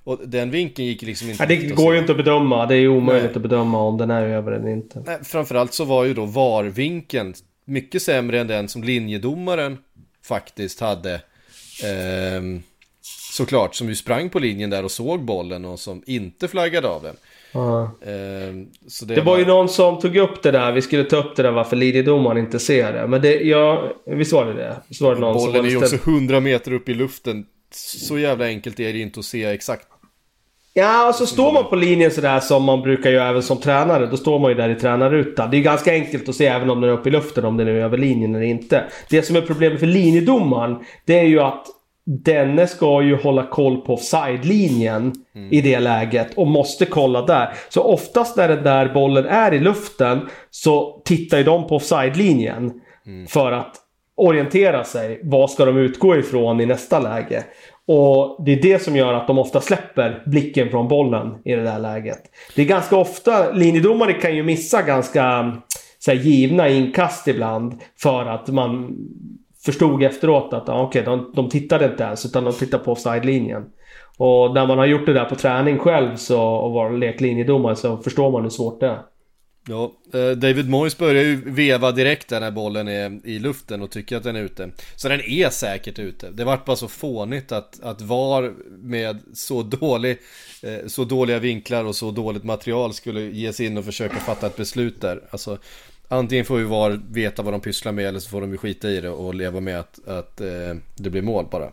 och den vinkeln gick liksom inte... Ja, det går ju inte att bedöma, det är ju omöjligt Nej. att bedöma om den är över eller inte. Nej, framförallt så var ju då V A R-vinkeln mycket sämre än den som linjedomaren faktiskt hade. Ehm, såklart, som ju sprang på linjen där och såg bollen och som inte flaggade av den. Uh. Ehm, så det, det var, var ju någon som tog upp det där. Vi skulle ta upp det där varför linjedomaren inte ser det. Men det, ja, visst var det det? Visst var det någon bollen som är ju ställ... också hundra meter upp i luften. Så jävla enkelt är det inte att se exakt. Ja, alltså står man på linjen sådär som man brukar göra även som tränare, då står man ju där i tränarrutan. Det är ganska enkelt att se även om den är uppe i luften, om den är över linjen eller inte. Det som är problemet för linjedomaren, det är ju att denne ska ju hålla koll på offside-linjen mm. i det läget och måste kolla där. Så oftast när den där bollen är i luften så tittar ju de på offside-linjen mm. för att orientera sig. Vad ska de utgå ifrån i nästa läge? Och det är det som gör att de ofta släpper blicken från bollen i det där läget. Det är ganska ofta, linjedomare kan ju missa ganska så här, givna inkast ibland för att man förstod efteråt att ah, okej, okay, de, de tittade inte ens utan de tittade på offside-linjen. Och när man har gjort det där på träning själv så, och var leklinjedomare, så förstår man hur svårt det är. Ja, David Moyes börjar ju veva direkt där när bollen är i luften och tycker att den är ute. Så den är säkert ute. Det var bara så fånigt att, att V A R med så, dålig, så dåliga vinklar och så dåligt material skulle ge sig in och försöka fatta ett beslut där. Alltså, antingen får ju V A R veta vad de pysslar med, eller så får de ju skita i det och leva med att, att eh, det blir mål bara.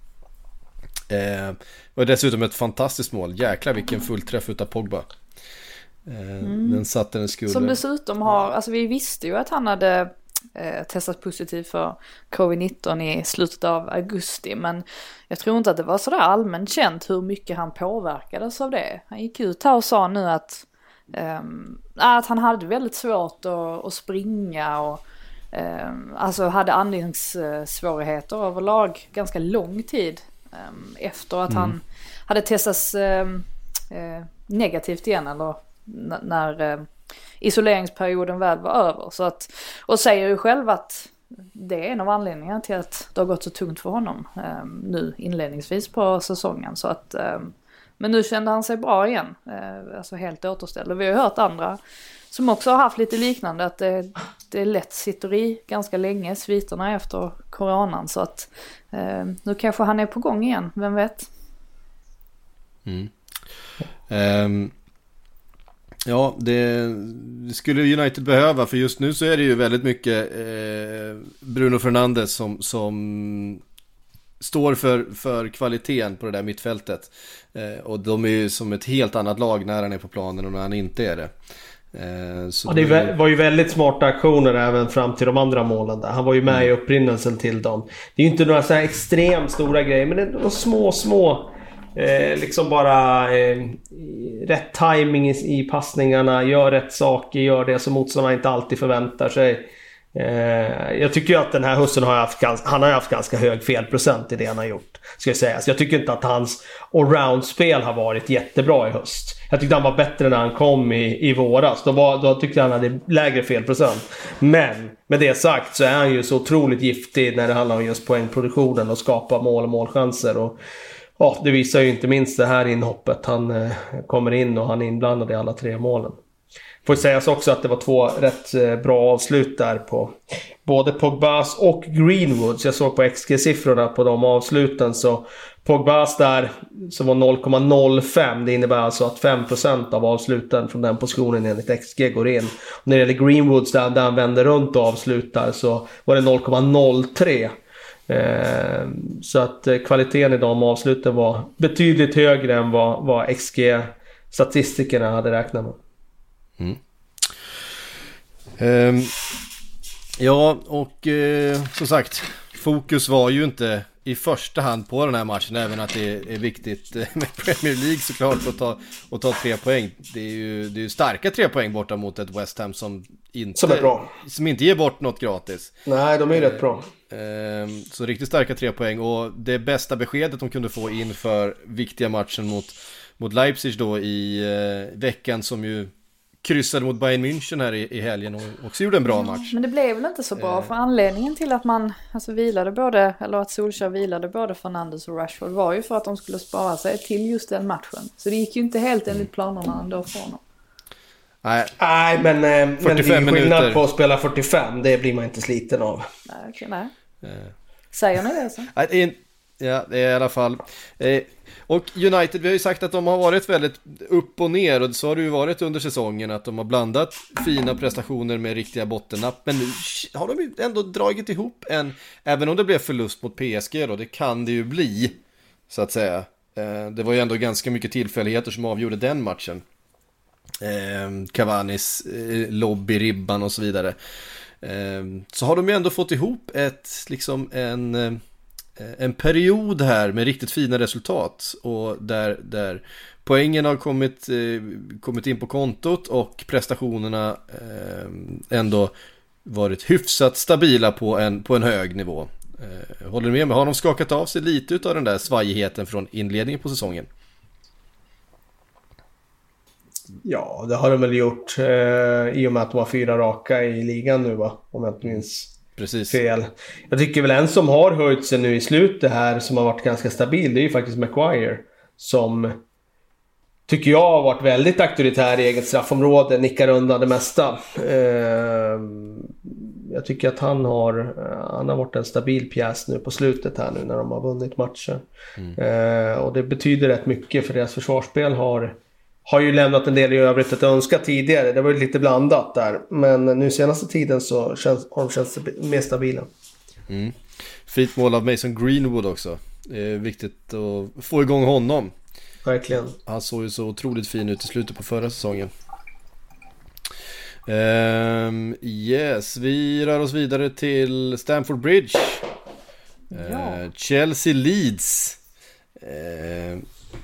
Eh, och dessutom ett fantastiskt mål. Jäklar vilken fullträff utav Pogba. Mm. Den satte den skulle. Som dessutom har, alltså vi visste ju att han hade eh, testat positivt för covid nitton i slutet av augusti, men jag tror inte att det var sådär allmänt känt hur mycket han påverkades av det. Han gick ut här och sa nu att eh, att han hade väldigt svårt att, att springa och eh, alltså hade andningssvårigheter överlag ganska lång tid eh, efter att mm. han hade testats eh, eh, negativt igen, eller när eh, isoleringsperioden väl var över. Så att, och säger ju själv att det är en av anledningarna till att det har gått så tungt för honom eh, nu inledningsvis på säsongen. Så att, eh, men nu kände han sig bra igen, eh, alltså helt återställd. Och vi har ju hört andra som också har haft lite liknande, att det, det lätt sitter i ganska länge, sviterna efter coronan. Så att eh, nu kanske han är på gång igen, vem vet? Mm. Um. Ja, det, det skulle United behöva, för just nu så är det ju väldigt mycket eh, Bruno Fernandes som, som står för, för kvaliteten på det där mittfältet. Eh, och de är ju som ett helt annat lag när han är på planen och när han inte är det. Eh, så ja, det är, var ju väldigt smarta aktioner även fram till de andra målen där. Han var ju med mm. i upprinnelsen till dem. Det är ju inte några så här extremt stora grejer, men det är några små, små... Eh, liksom bara eh, rätt timing i, i passningarna, gör rätt saker, gör det som motståndarna inte alltid förväntar sig. Eh, jag tycker ju att den här hussen har haft ganska, han har haft ganska hög felprocent i det han har gjort, ska jag säga. Så jag tycker inte att hans allround-spel har varit jättebra i höst. Jag tyckte han var bättre när han kom i, i våras. Då, var, då tyckte jag han hade lägre felprocent. Men med det sagt så är han ju så otroligt giftig när det handlar om just poängproduktionen och skapa mål och målchanser. Och ja, det visar ju inte minst det här inhoppet. Han eh, kommer in och han är inblandad i alla tre målen. Får sägas också att det var två rätt eh, bra avslut där på både Pogbas och Greenwoods. Jag såg på X G-siffrorna på de avsluten, så Pogbas där som var noll komma noll fem, det innebär alltså att fem procent av avsluten från den positionen enligt X G går in. Och när det gäller Greenwoods där, där han vänder runt och avslutar, så var det noll komma noll tre. Eh, så att eh, kvaliteten i de avsluten var betydligt högre än vad, vad X G-statistikerna hade räknat med. Mm. Um, ja, och uh, som sagt, fokus var ju inte i första hand på den här matchen, även att det är, är viktigt med Premier League såklart att ta, att ta tre poäng. Det är ju det är ju starka tre poäng borta mot ett West Ham som inte, som är bra. Som inte ger bort något gratis. Nej, de är ju rätt bra. Så riktigt starka tre poäng, och det bästa beskedet de kunde få inför viktiga matchen mot, mot Leipzig då i eh, veckan, som ju kryssade mot Bayern München här i, i helgen och också gjorde en bra match. Men det blev väl inte så bra, för anledningen till att man alltså vilade både, eller att Solskjaer vilade både Fernandes och Rashford var ju för att de skulle spara sig till just den matchen. Så det gick ju inte helt enligt planerna ändå för honom. Nej, Nej, men, men det är skillnad minuter. på att spela fyrtiofem. Det blir man inte sliten av. Nej, okej, nej. Säger ni det så? Nej, det är, ja, det är i alla fall. Eh, och United, vi har ju sagt att de har varit väldigt upp och ner, och så har det ju varit under säsongen, att de har blandat fina prestationer med riktiga bottennapp. Men nu har de ju ändå dragit ihop en, även om det blev förlust mot P S G då, det kan det ju bli, så att säga. Eh, det var ju ändå ganska mycket tillfälligheter som avgjorde den matchen. Eh, Cavanis eh, lobby, ribban och så vidare. Eh, så har de ju ändå fått ihop ett, liksom en... Eh, en period här med riktigt fina resultat, och där, där poängen har kommit, eh, kommit in på kontot, och prestationerna eh, ändå varit hyfsat stabila på en, på en hög nivå. Eh, håller ni med mig? Har de skakat av sig lite av den där svajigheten från inledningen på säsongen? Ja, det har de väl gjort eh, i och med att de har fyra raka i ligan nu, va? Om jag inte minns Precis. fel. Jag tycker väl en som har höjt sig nu i slutet här, som har varit ganska stabil, det är ju faktiskt Maguire, som tycker jag har varit väldigt auktoritär i eget straffområde, nickar undan det mesta. Eh, jag tycker att han har han har varit en stabil pjäs nu på slutet här, nu när de har vunnit matcher. Mm. Eh, och det betyder rätt mycket, för deras försvarsspel har har ju lämnat en del i övrigt att önska tidigare. Det var ju lite blandat där. Men nu senaste tiden så känns, har de känts mer stabila. Mm. Fint mål av Mason Greenwood också. Det är viktigt att få igång honom. Verkligen. Han såg ju så otroligt fin ut i slutet på förra säsongen. Um, yes, vi rör oss vidare till Stamford Bridge. Ja. Uh, Chelsea Leeds. Uh, uh,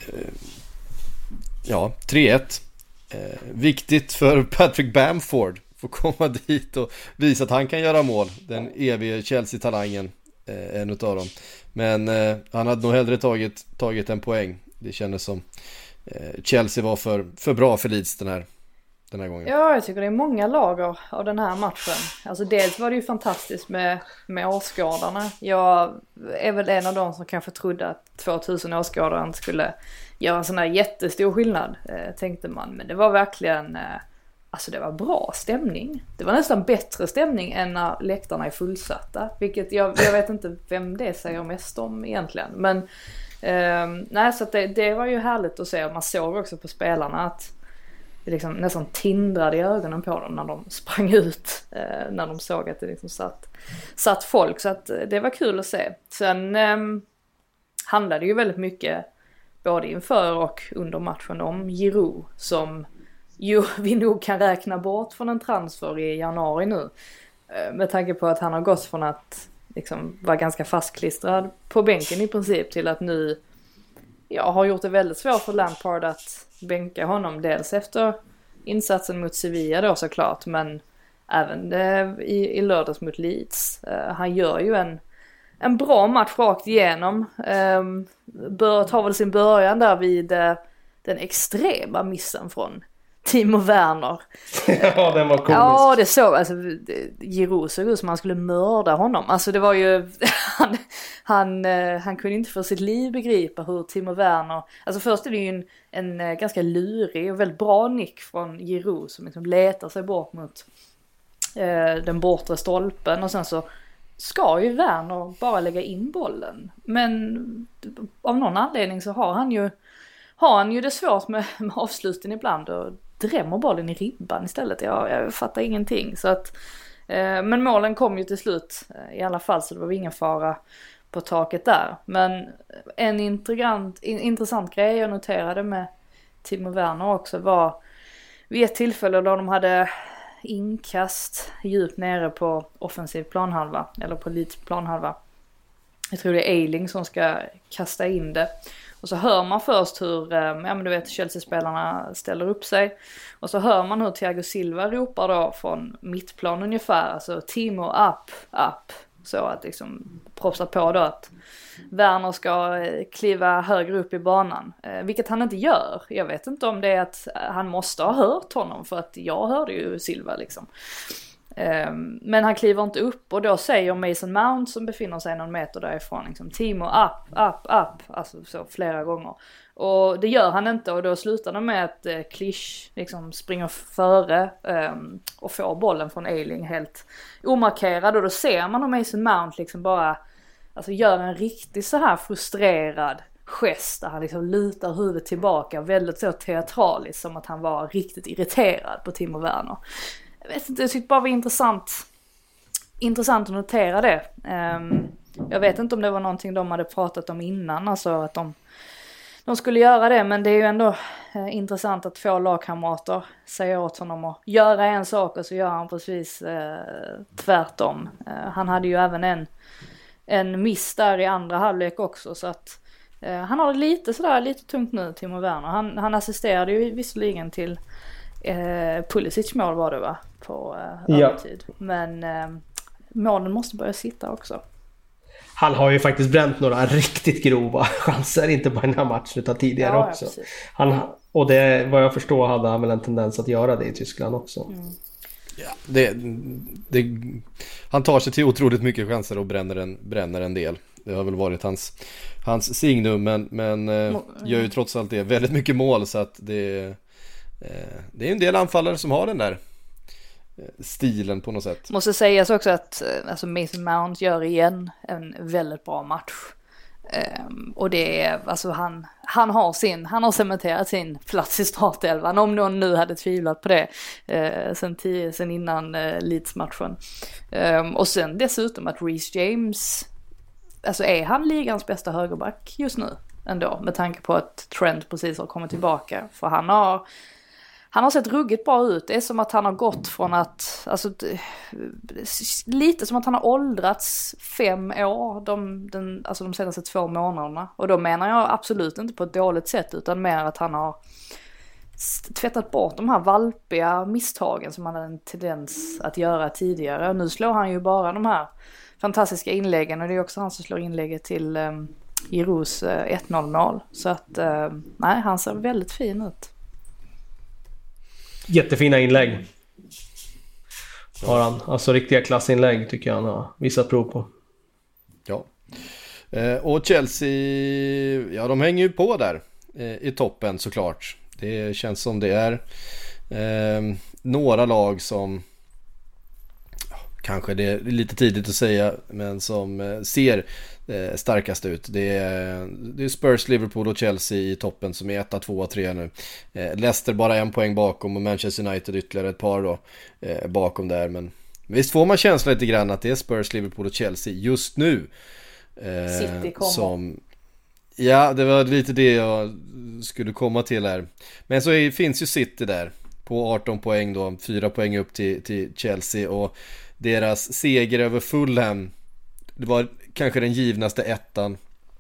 Ja, tre ett. Eh, viktigt för Patrick Bamford få komma dit och visa att han kan göra mål. Den eviga Chelsea-talangen, eh, en utav dem. Men eh, han hade nog hellre tagit, tagit en poäng. Det kändes som eh, Chelsea var för, för bra för Leeds den här, den här gången. Ja, jag tycker det är många lager av den här matchen. Alltså dels var det ju fantastiskt med, med åskådarna. Jag är väl en av dem som kanske trodde att tvåtusen åskådare skulle göra en sån här jättestor skillnad, eh, tänkte man. Men det var verkligen, eh, alltså det var bra stämning. Det var nästan bättre stämning än när läktarna är fullsatta. Vilket jag, jag vet inte vem det säger mest om egentligen. Men eh, nej, så att det, det var ju härligt att se. Man såg också på spelarna att det liksom nästan tindrade i ögonen på dem när de sprang ut. Eh, när de såg att det liksom satt, satt folk. Så att det var kul att se. Sen eh, handlade det ju väldigt mycket både inför och under matchen om Giroud, som ju vi nog kan räkna bort från en transfer i januari nu. Med tanke på att han har gått från att liksom vara ganska fastklistrad på bänken i princip till att nu ja, har gjort det väldigt svårt för Lampard att bänka honom. Dels efter insatsen mot Sevilla då såklart, men även i, i lördags mot Leeds. Uh, han gör ju en En bra match rakt igenom. Um, bör, tar väl sin början där vid uh, den extrema missen från Timo Werner. Ja, den var komisk. Ja, det såg, alltså Giroud såg ut som han skulle mörda honom. Alltså det var ju, han, han, uh, han kunde inte för sitt liv begripa hur Timo Werner, alltså först är det ju en, en uh, ganska lurig och väldigt bra nick från Giroud som liksom letar sig bort mot uh, den bortre stolpen, och sen så ska ju Werner bara lägga in bollen. Men av någon anledning så har han ju, har han ju det svårt med, med avsluten ibland och drämmer bollen i ribban istället. Jag, jag fattar ingenting. Så att, eh, men målen kom ju till slut eh, i alla fall, så det var ingen fara på taket där. Men en intressant, in, intressant grej jag noterade med Timo Werner också var vid ett tillfälle då de hade inkast djupt nere på offensiv planhalva, eller på Leeds planhalva. Jag tror det är Ayling som ska kasta in det. Och så hör man först hur, ja men du vet, Chelsea-spelarna ställer upp sig. Och så hör man hur Thiago Silva ropar då från mittplan ungefär. Alltså Timo, up, up. så att liksom propsa på då att Werner ska kliva högre upp i banan, eh, vilket han inte gör. Jag vet inte om det är att han måste ha hört honom, för att jag hörde ju Silva liksom. Eh, men han kliver inte upp, och då säger Mason Mount, som befinner sig någon meter därifrån, liksom, Timo up, up, up, alltså så flera gånger. Och det gör han inte, och då slutar det med att eh, Klisch liksom springer före eh, och får bollen från Ayling helt omarkerad, och då ser man hur Mason Mount liksom bara alltså gör en riktigt så här frustrerad gest där han liksom lutar huvudet tillbaka väldigt så teatraliskt, som att han var riktigt irriterad på Timo Werner. Jag vet inte, jag tyckte bara det var intressant intressant att notera det. Um, jag vet inte om det var någonting de hade pratat om innan, alltså att de de skulle göra det, men det är ju ändå eh, intressant att få lagkamrater säga åt honom att göra en sak, och så gör han precis eh, tvärtom. Eh, han hade ju även en en miss där i andra halvlek också, så att eh, han har det lite sådär, lite tungt nu, Timo Werner. Han, han assisterade ju visserligen till eh, Pulisic mål var det va, på eh, övertid. Ja. Men eh, målen måste börja sitta också. Han har ju faktiskt bränt några riktigt grova chanser, inte bara i den här matchen utan tidigare ja, också. Ja, han, och det, vad jag förstår, hade han väl en tendens att göra det i Tyskland också. Mm. Ja, det, det, han tar sig till otroligt mycket chanser och bränner en, bränner en del. Det har väl varit hans, hans signum, men, men eh, gör ju trots allt det väldigt mycket mål, så att det, eh, det är en del anfallare som har den där stilen på något sätt. Måste sägas också att alltså Mason Mount gör igen en väldigt bra match. Um, och det är alltså han han har sin han har cementerat sin plats i startelvan, om någon nu hade tvivlat på det uh, sen, tio, sen innan uh, Leeds-matchen. Um, och sen dessutom att Reece James, alltså är han ligans bästa högerback just nu ändå, med tanke på att Trent precis har kommit tillbaka, för han har Han har sett ruggigt bra ut. Det är som att han har gått från att, alltså lite som att han har åldrats fem år de, den, alltså de senaste två månaderna. Och då menar jag absolut inte på ett dåligt sätt, utan mer att han har tvättat bort de här valpiga misstagen som han hade en tendens att göra tidigare. Och nu slår han ju bara de här fantastiska inläggen, och det är också han som slår inlägget till um, Giroux uh, ett noll mål. Så att, uh, nej, han ser väldigt fin ut. Jättefina inlägg har han. Alltså riktiga klassinlägg tycker jag han har visat prov på. Ja. Eh, och Chelsea, ja, de hänger ju på där eh, i toppen såklart. Det känns som det är eh, några lag som kanske det är lite tidigt att säga, men som eh, ser eh, starkast ut. Det är, det är Spurs, Liverpool och Chelsea i toppen som är ett, två, tre nu. Eh, Leicester bara en poäng bakom, och Manchester United ytterligare ett par då eh, bakom där. Men visst får man känsla lite grann att det är Spurs, Liverpool och Chelsea just nu. Eh, City kommer. Som, ja, det var lite det jag skulle komma till här. Men så är, finns ju City där på arton poäng då, fyra poäng upp till, till Chelsea, och deras seger över Fulham, det var kanske den givnaste ettan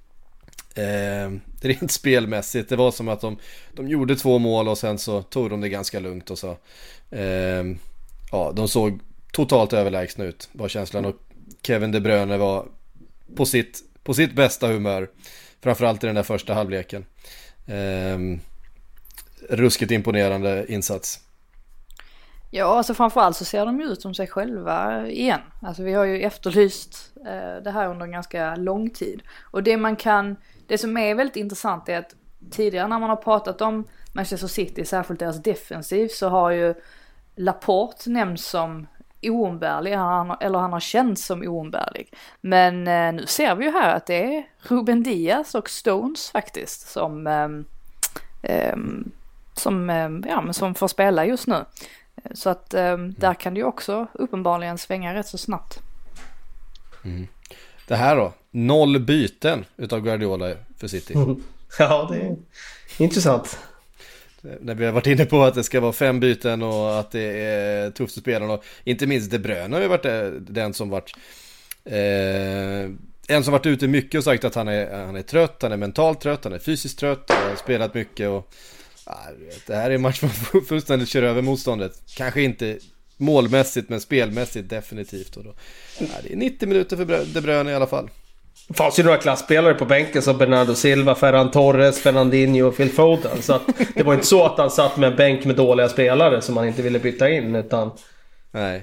eh, rent spelmässigt. Det var som att de, de gjorde två mål och sen så tog de det ganska lugnt, och så eh, ja, de såg totalt överlägsna ut, var känslan, och Kevin De Bruyne var på sitt, på sitt bästa humör, framförallt i den där första halvleken. eh, ruskigt imponerande insats. Ja, alltså framförallt så ser de ju ut som sig själva igen. Alltså vi har ju efterlyst eh, det här under en ganska lång tid. Och det man kan, det som är väldigt intressant är att tidigare när man har pratat om Manchester City, särskilt deras defensiv, så har ju Laporte nämnts som oumbärlig, han, eller han har känts som oumbärlig. Men eh, nu ser vi ju här att det är Ruben Diaz och Stones faktiskt som, eh, eh, som, eh, ja, men som får spela just nu. Så att um, där kan det ju också uppenbarligen svänga rätt så snabbt. Mm. Det här då, noll byten utav Guardiola för City. Mm. Ja, det är intressant. När vi har varit inne på att det ska vara fem byten och att det är tufft att spela, och inte minst De Bruyne har ju varit den som varit eh, en som varit ute mycket och sagt att han är, han är trött, han är mentalt trött, han är fysiskt trött, han har spelat mycket, och det här är en match som fullständigt kör över motståndet. Kanske inte målmässigt, men spelmässigt definitivt. Och då, ja, det är nittio minuter för De Bruyne i alla fall. Det fanns ju några klassspelare på bänken som Bernardo Silva, Ferran Torres, Fernandinho och Phil Foden. Så att det var inte så att han satt med en bänk med dåliga spelare som han inte ville byta in, utan... Nej.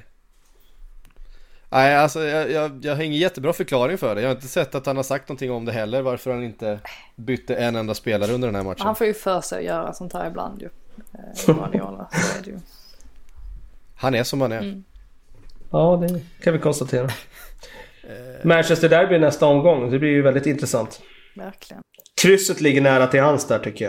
Nej, alltså jag, jag, jag har ingen jättebra förklaring för det. Jag har inte sett att han har sagt någonting om det heller. Varför han inte bytte en enda spelare under den här matchen. Han får ju för sig att göra sånt här ibland ju. Eh, Guardiola, så är det ju. Han är som han är. Mm. Ja, det kan vi konstatera. Manchester Derby nästa omgång. Det blir ju väldigt intressant. Verkligen. Krysset ligger nära till hands där, tycker jag.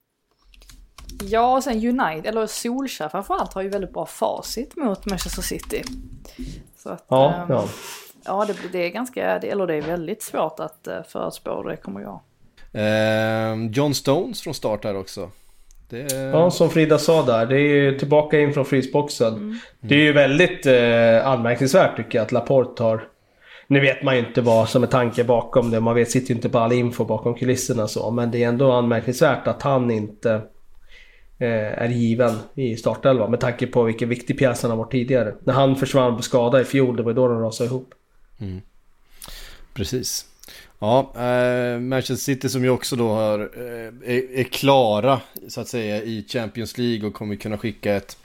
Ja, och sen United, eller Solskjaer framförallt, har ju väldigt bra facit mot Manchester City. Så att, Ja, ähm, ja. Ja, det, det är ganska, eller det är väldigt svårt att uh, förutspå det kommer jag. Eh, John Stones från start här också. Det är... Ja, som Frida sa där, det är ju tillbaka in från frysboxen. Mm. Det är ju väldigt eh, anmärkningsvärt, tycker jag, att Laporte har... Nu vet man ju inte vad som är tanke bakom det. Man vet, sitter ju inte på all info bakom kulisserna så. Men det är ändå anmärkningsvärt att han inte eh, är given i startelva. Med tanke på vilken viktig pjäs han har varit tidigare. När han försvann på skada i fjol, det var då de rasade ihop. Mm. Precis. Ja, eh, Manchester City som ju också då har, eh, är, är klara så att säga i Champions League och kommer kunna skicka ett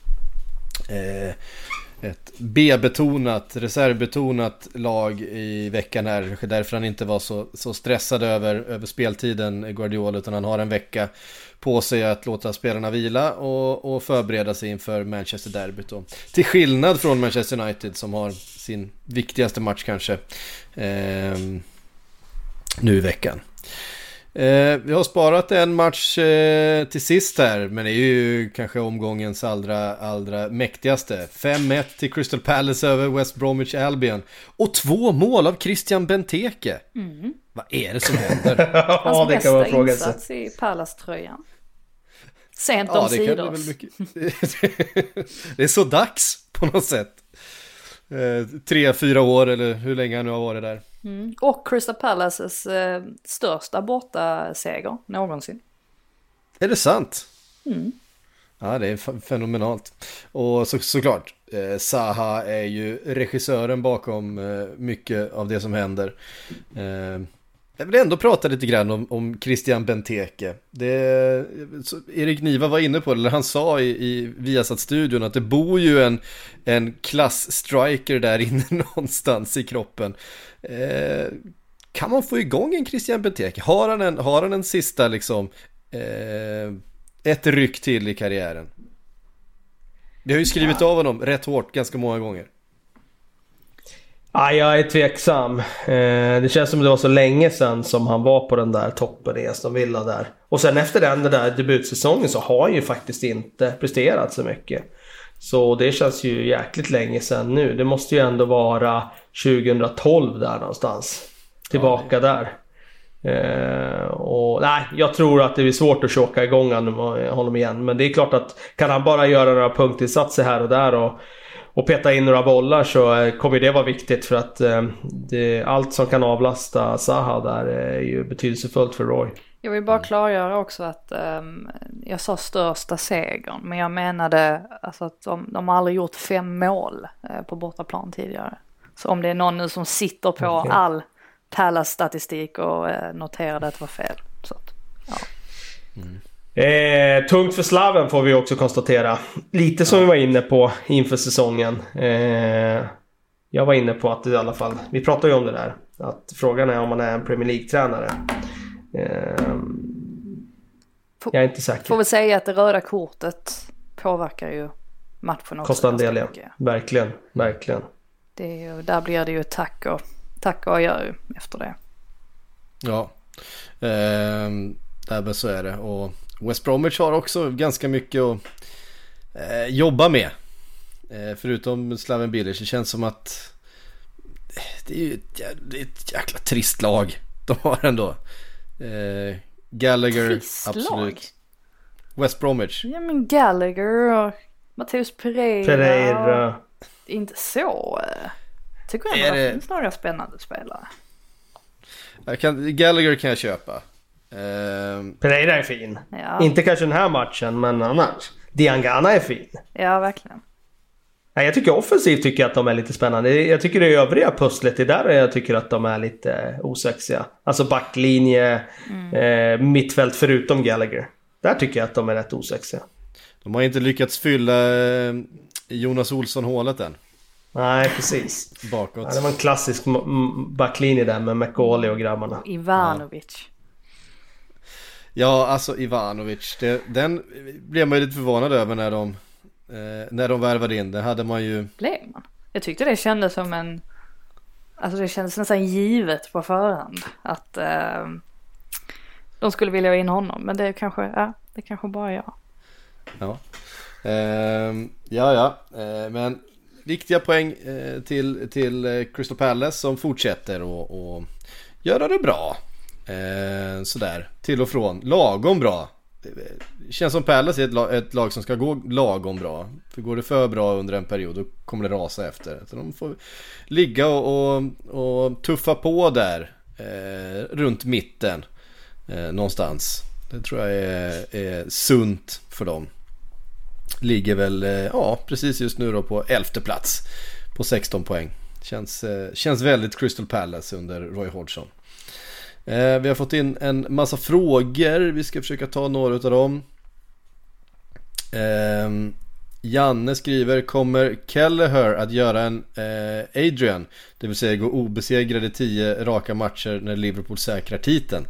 eh, ett B-betonat, reservbetonat lag i veckan här. Därför han inte var så, så stressad över, över speltiden, Guardiola, utan han har en vecka på sig att låta spelarna vila och, och förbereda sig inför Manchester Derbyt då. Till skillnad från Manchester United som har sin viktigaste match kanske eh, nu i veckan. Eh, vi har sparat en match eh, till sist här, men det är ju kanske omgångens allra, allra mäktigaste. fem ett till Crystal Palace över West Bromwich Albion. Och två mål av Christian Benteke. Mm. Vad är det som händer? Hans Ja, det kan man bästa fråga insats sig. i Palace-tröjan. Sent Ja, om det kan sidor. bli mycket. Det är så dags på något sätt. Eh, tre, fyra år eller hur länge han nu har varit där. Mm. Och Crystal Palaces eh, största borta seger någonsin. Är det sant? Mm. Ja, det är f- fenomenalt. Och så, såklart, eh, Zaha är ju regissören bakom eh, mycket av det som händer. Eh, jag vill ändå prata lite grann om, om Christian Benteke. Det, så Erik Niva var inne på det, eller han sa i, i Viasat-studion att det bor ju en, en klass-striker där inne någonstans i kroppen. Eh, kan man få igång en Christian Benteke? Har han en, har han en sista liksom eh, ett ryck till i karriären? Vi har ju skrivit ja. av honom rätt hårt ganska många gånger. Ja, jag är tveksam. Eh, det känns som det var så länge sedan som han var på den där toppen i Aston Villa där. Och sen efter den, den där debutsäsongen så har han ju faktiskt inte presterat så mycket. Så det känns ju jäkligt länge sedan nu. Det måste ju ändå vara tjugohundratolv där någonstans. Tillbaka ja, där. Eh, och nej, jag tror att det blir svårt att choka igång honom igen. Men det är klart att kan han bara göra några punktinsatser här och där och och peta in några bollar så kommer det vara viktigt för att eh, det, allt som kan avlasta Zaha där är ju betydelsefullt för Roy. Jag vill bara klargöra också att um, jag sa största segern, men jag menade alltså att de, de har aldrig gjort fem mål eh, på bortaplan tidigare. Så om det är någon nu som sitter på okay. all Palace-statistik och eh, noterade att det var fel. Så att, ja. Mm. Eh, tungt för Slaven får vi också konstatera. Lite som ja. vi var inne på inför säsongen. Eh, jag var inne på att i alla fall, vi pratade ju om det där, att frågan är om man är en Premier League-tränare. Eh, jag är inte säker. Får vi säga att det röda kortet påverkar ju matchen också. Kostar en del, ja. Verkligen, verkligen. Det är ju, där blir det ju tack och, tack och gör ju efter det. Ja, eh, där så är det. Och West Bromwich har också ganska mycket att eh, jobba med. Eh, förutom Slaven Bilic. Det känns som att det är ju ett, det är ett jäkla trist lag. De har ändå eh, Gallagher, trist absolut. Lag. West Bromwich. Ja, men Gallagher och Mateus Pereira. Pereira. Inte så. Tycker jag att det finns några spännande spelare. Jag kan, Gallagher kan jag köpa. Uh, Pereira är fin. Ja. Inte kanske den här matchen, men annars. Diangana är fin. Ja, verkligen. Nej, jag tycker offensivt tycker jag att de är lite spännande. Jag tycker det övriga pusslet är där jag tycker att de är lite osexiga. Alltså backlinje, mm. eh, mittfält förutom Gallagher. Där tycker jag att de är rätt osexiga. De har inte lyckats fylla eh, Jonas Olsson-hålet än. Nej, precis. Bakåt. Ja, det var en klassisk backlinje där med McCauley och grabbarna. Ivanovic. Ja. Ja, alltså Ivanovic, det, den blev man ju lite förvånad över när de eh, när de värvade in. Det hade man ju... Blev man? Jag tyckte det kändes som en... Alltså det kändes nästan givet på förhand att eh, de skulle vilja ha in honom. Men det är kanske, ja, det kanske bara jag. Ja, eh, ja, ja. Eh, men viktiga poäng eh, till, till Crystal Palace som fortsätter och, och göra det bra. Eh, sådär, till och från. Lagom bra. Det känns som Palace är ett lag, ett lag som ska gå lagom bra. För går det för bra under en period då kommer det rasa efter. Så de får ligga och, och, och tuffa på där eh, runt mitten eh, någonstans. Det tror jag är, är sunt för dem. Ligger väl, eh, ja, precis just nu då på elfte plats på sexton poäng. Känns, eh, känns väldigt Crystal Palace under Roy Hodgson. Eh, vi har fått in en massa frågor. Vi ska försöka ta några av dem. eh, Janne skriver: kommer Kelleher att göra en eh, Adrian, det vill säga gå obesegrade tio raka matcher när Liverpool säkrar titeln?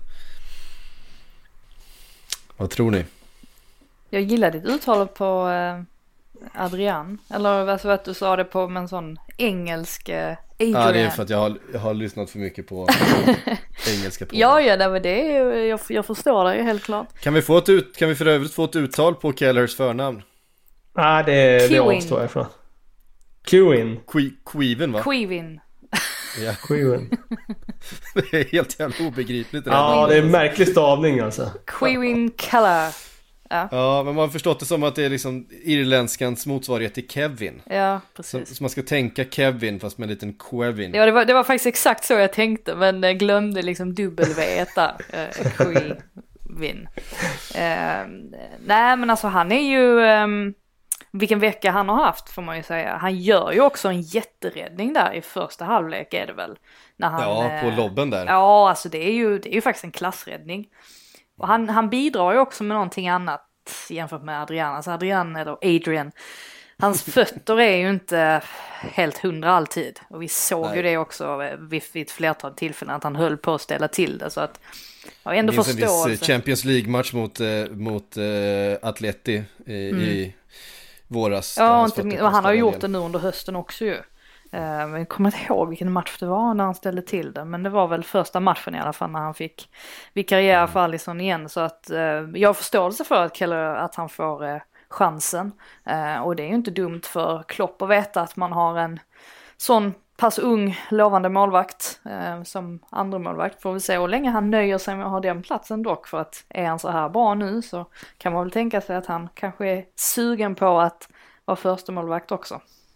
Vad tror ni? Jag gillar ditt uttal på eh, Adrian. Eller alltså att du sa det på med en sån engelsk eh, Adrian. Ja, det är för att jag har, jag har lyssnat för mycket på engelska på. Ja, ja, men det är, jag, jag förstår det helt klart. Kan vi få ett ut, kan vi för övrigt få ett uttal på Kellers förnamn? Nej, det, det avstår jag ifrån. Queen. Queven, va? Quevin. Ja. Queen. Det är helt jävla obegripligt. Ja, det är en märklig stavning alltså. Quevin Keller. Ja. Ja, men man har förstått det som att det är liksom irländskans motsvarighet till Kevin. Ja, precis. Så, så man ska tänka Kevin fast med en liten Quevin. Ja, det var, det var faktiskt exakt så jag tänkte, men jag glömde liksom W där. eh, Quevin. Eh, nej, men alltså han är ju... Um, vilken vecka han har haft får man ju säga. Han gör ju också en jätteräddning där i första halvlek är det väl. När han, ja, på lobben där. Ja, alltså det är ju, det är ju faktiskt en klassräddning. Och han, han bidrar ju också med någonting annat jämfört med Adrian. Alltså Adrian eller Adrian. Hans fötter är ju inte helt hundra alltid. Och vi såg Nej. ju det också vid, vid ett flertal tillfällen att han höll på att ställa till det. Så att jag ändå minns förståelse. en viss Champions League-match mot, eh, mot eh, Atleti i, mm. i våras. Ja, inte min, och han har gjort det nu under hösten också ju. Uh, jag kommer inte ihåg vilken match det var när han ställde till det. Men det var väl första matchen i alla fall när han fick vikariera mm. för Alisson igen. Så att uh, jag har förståelse för att, Keller, att han får uh, chansen. Uh, och det är ju inte dumt för Klopp att veta att man har en sån pass ung, lovande målvakt uh, som andra målvakt. Får vi se hur länge han nöjer sig med att ha den platsen dock. För att är han så här bra nu så kan man väl tänka sig att han kanske är sugen på att vara första målvakt också.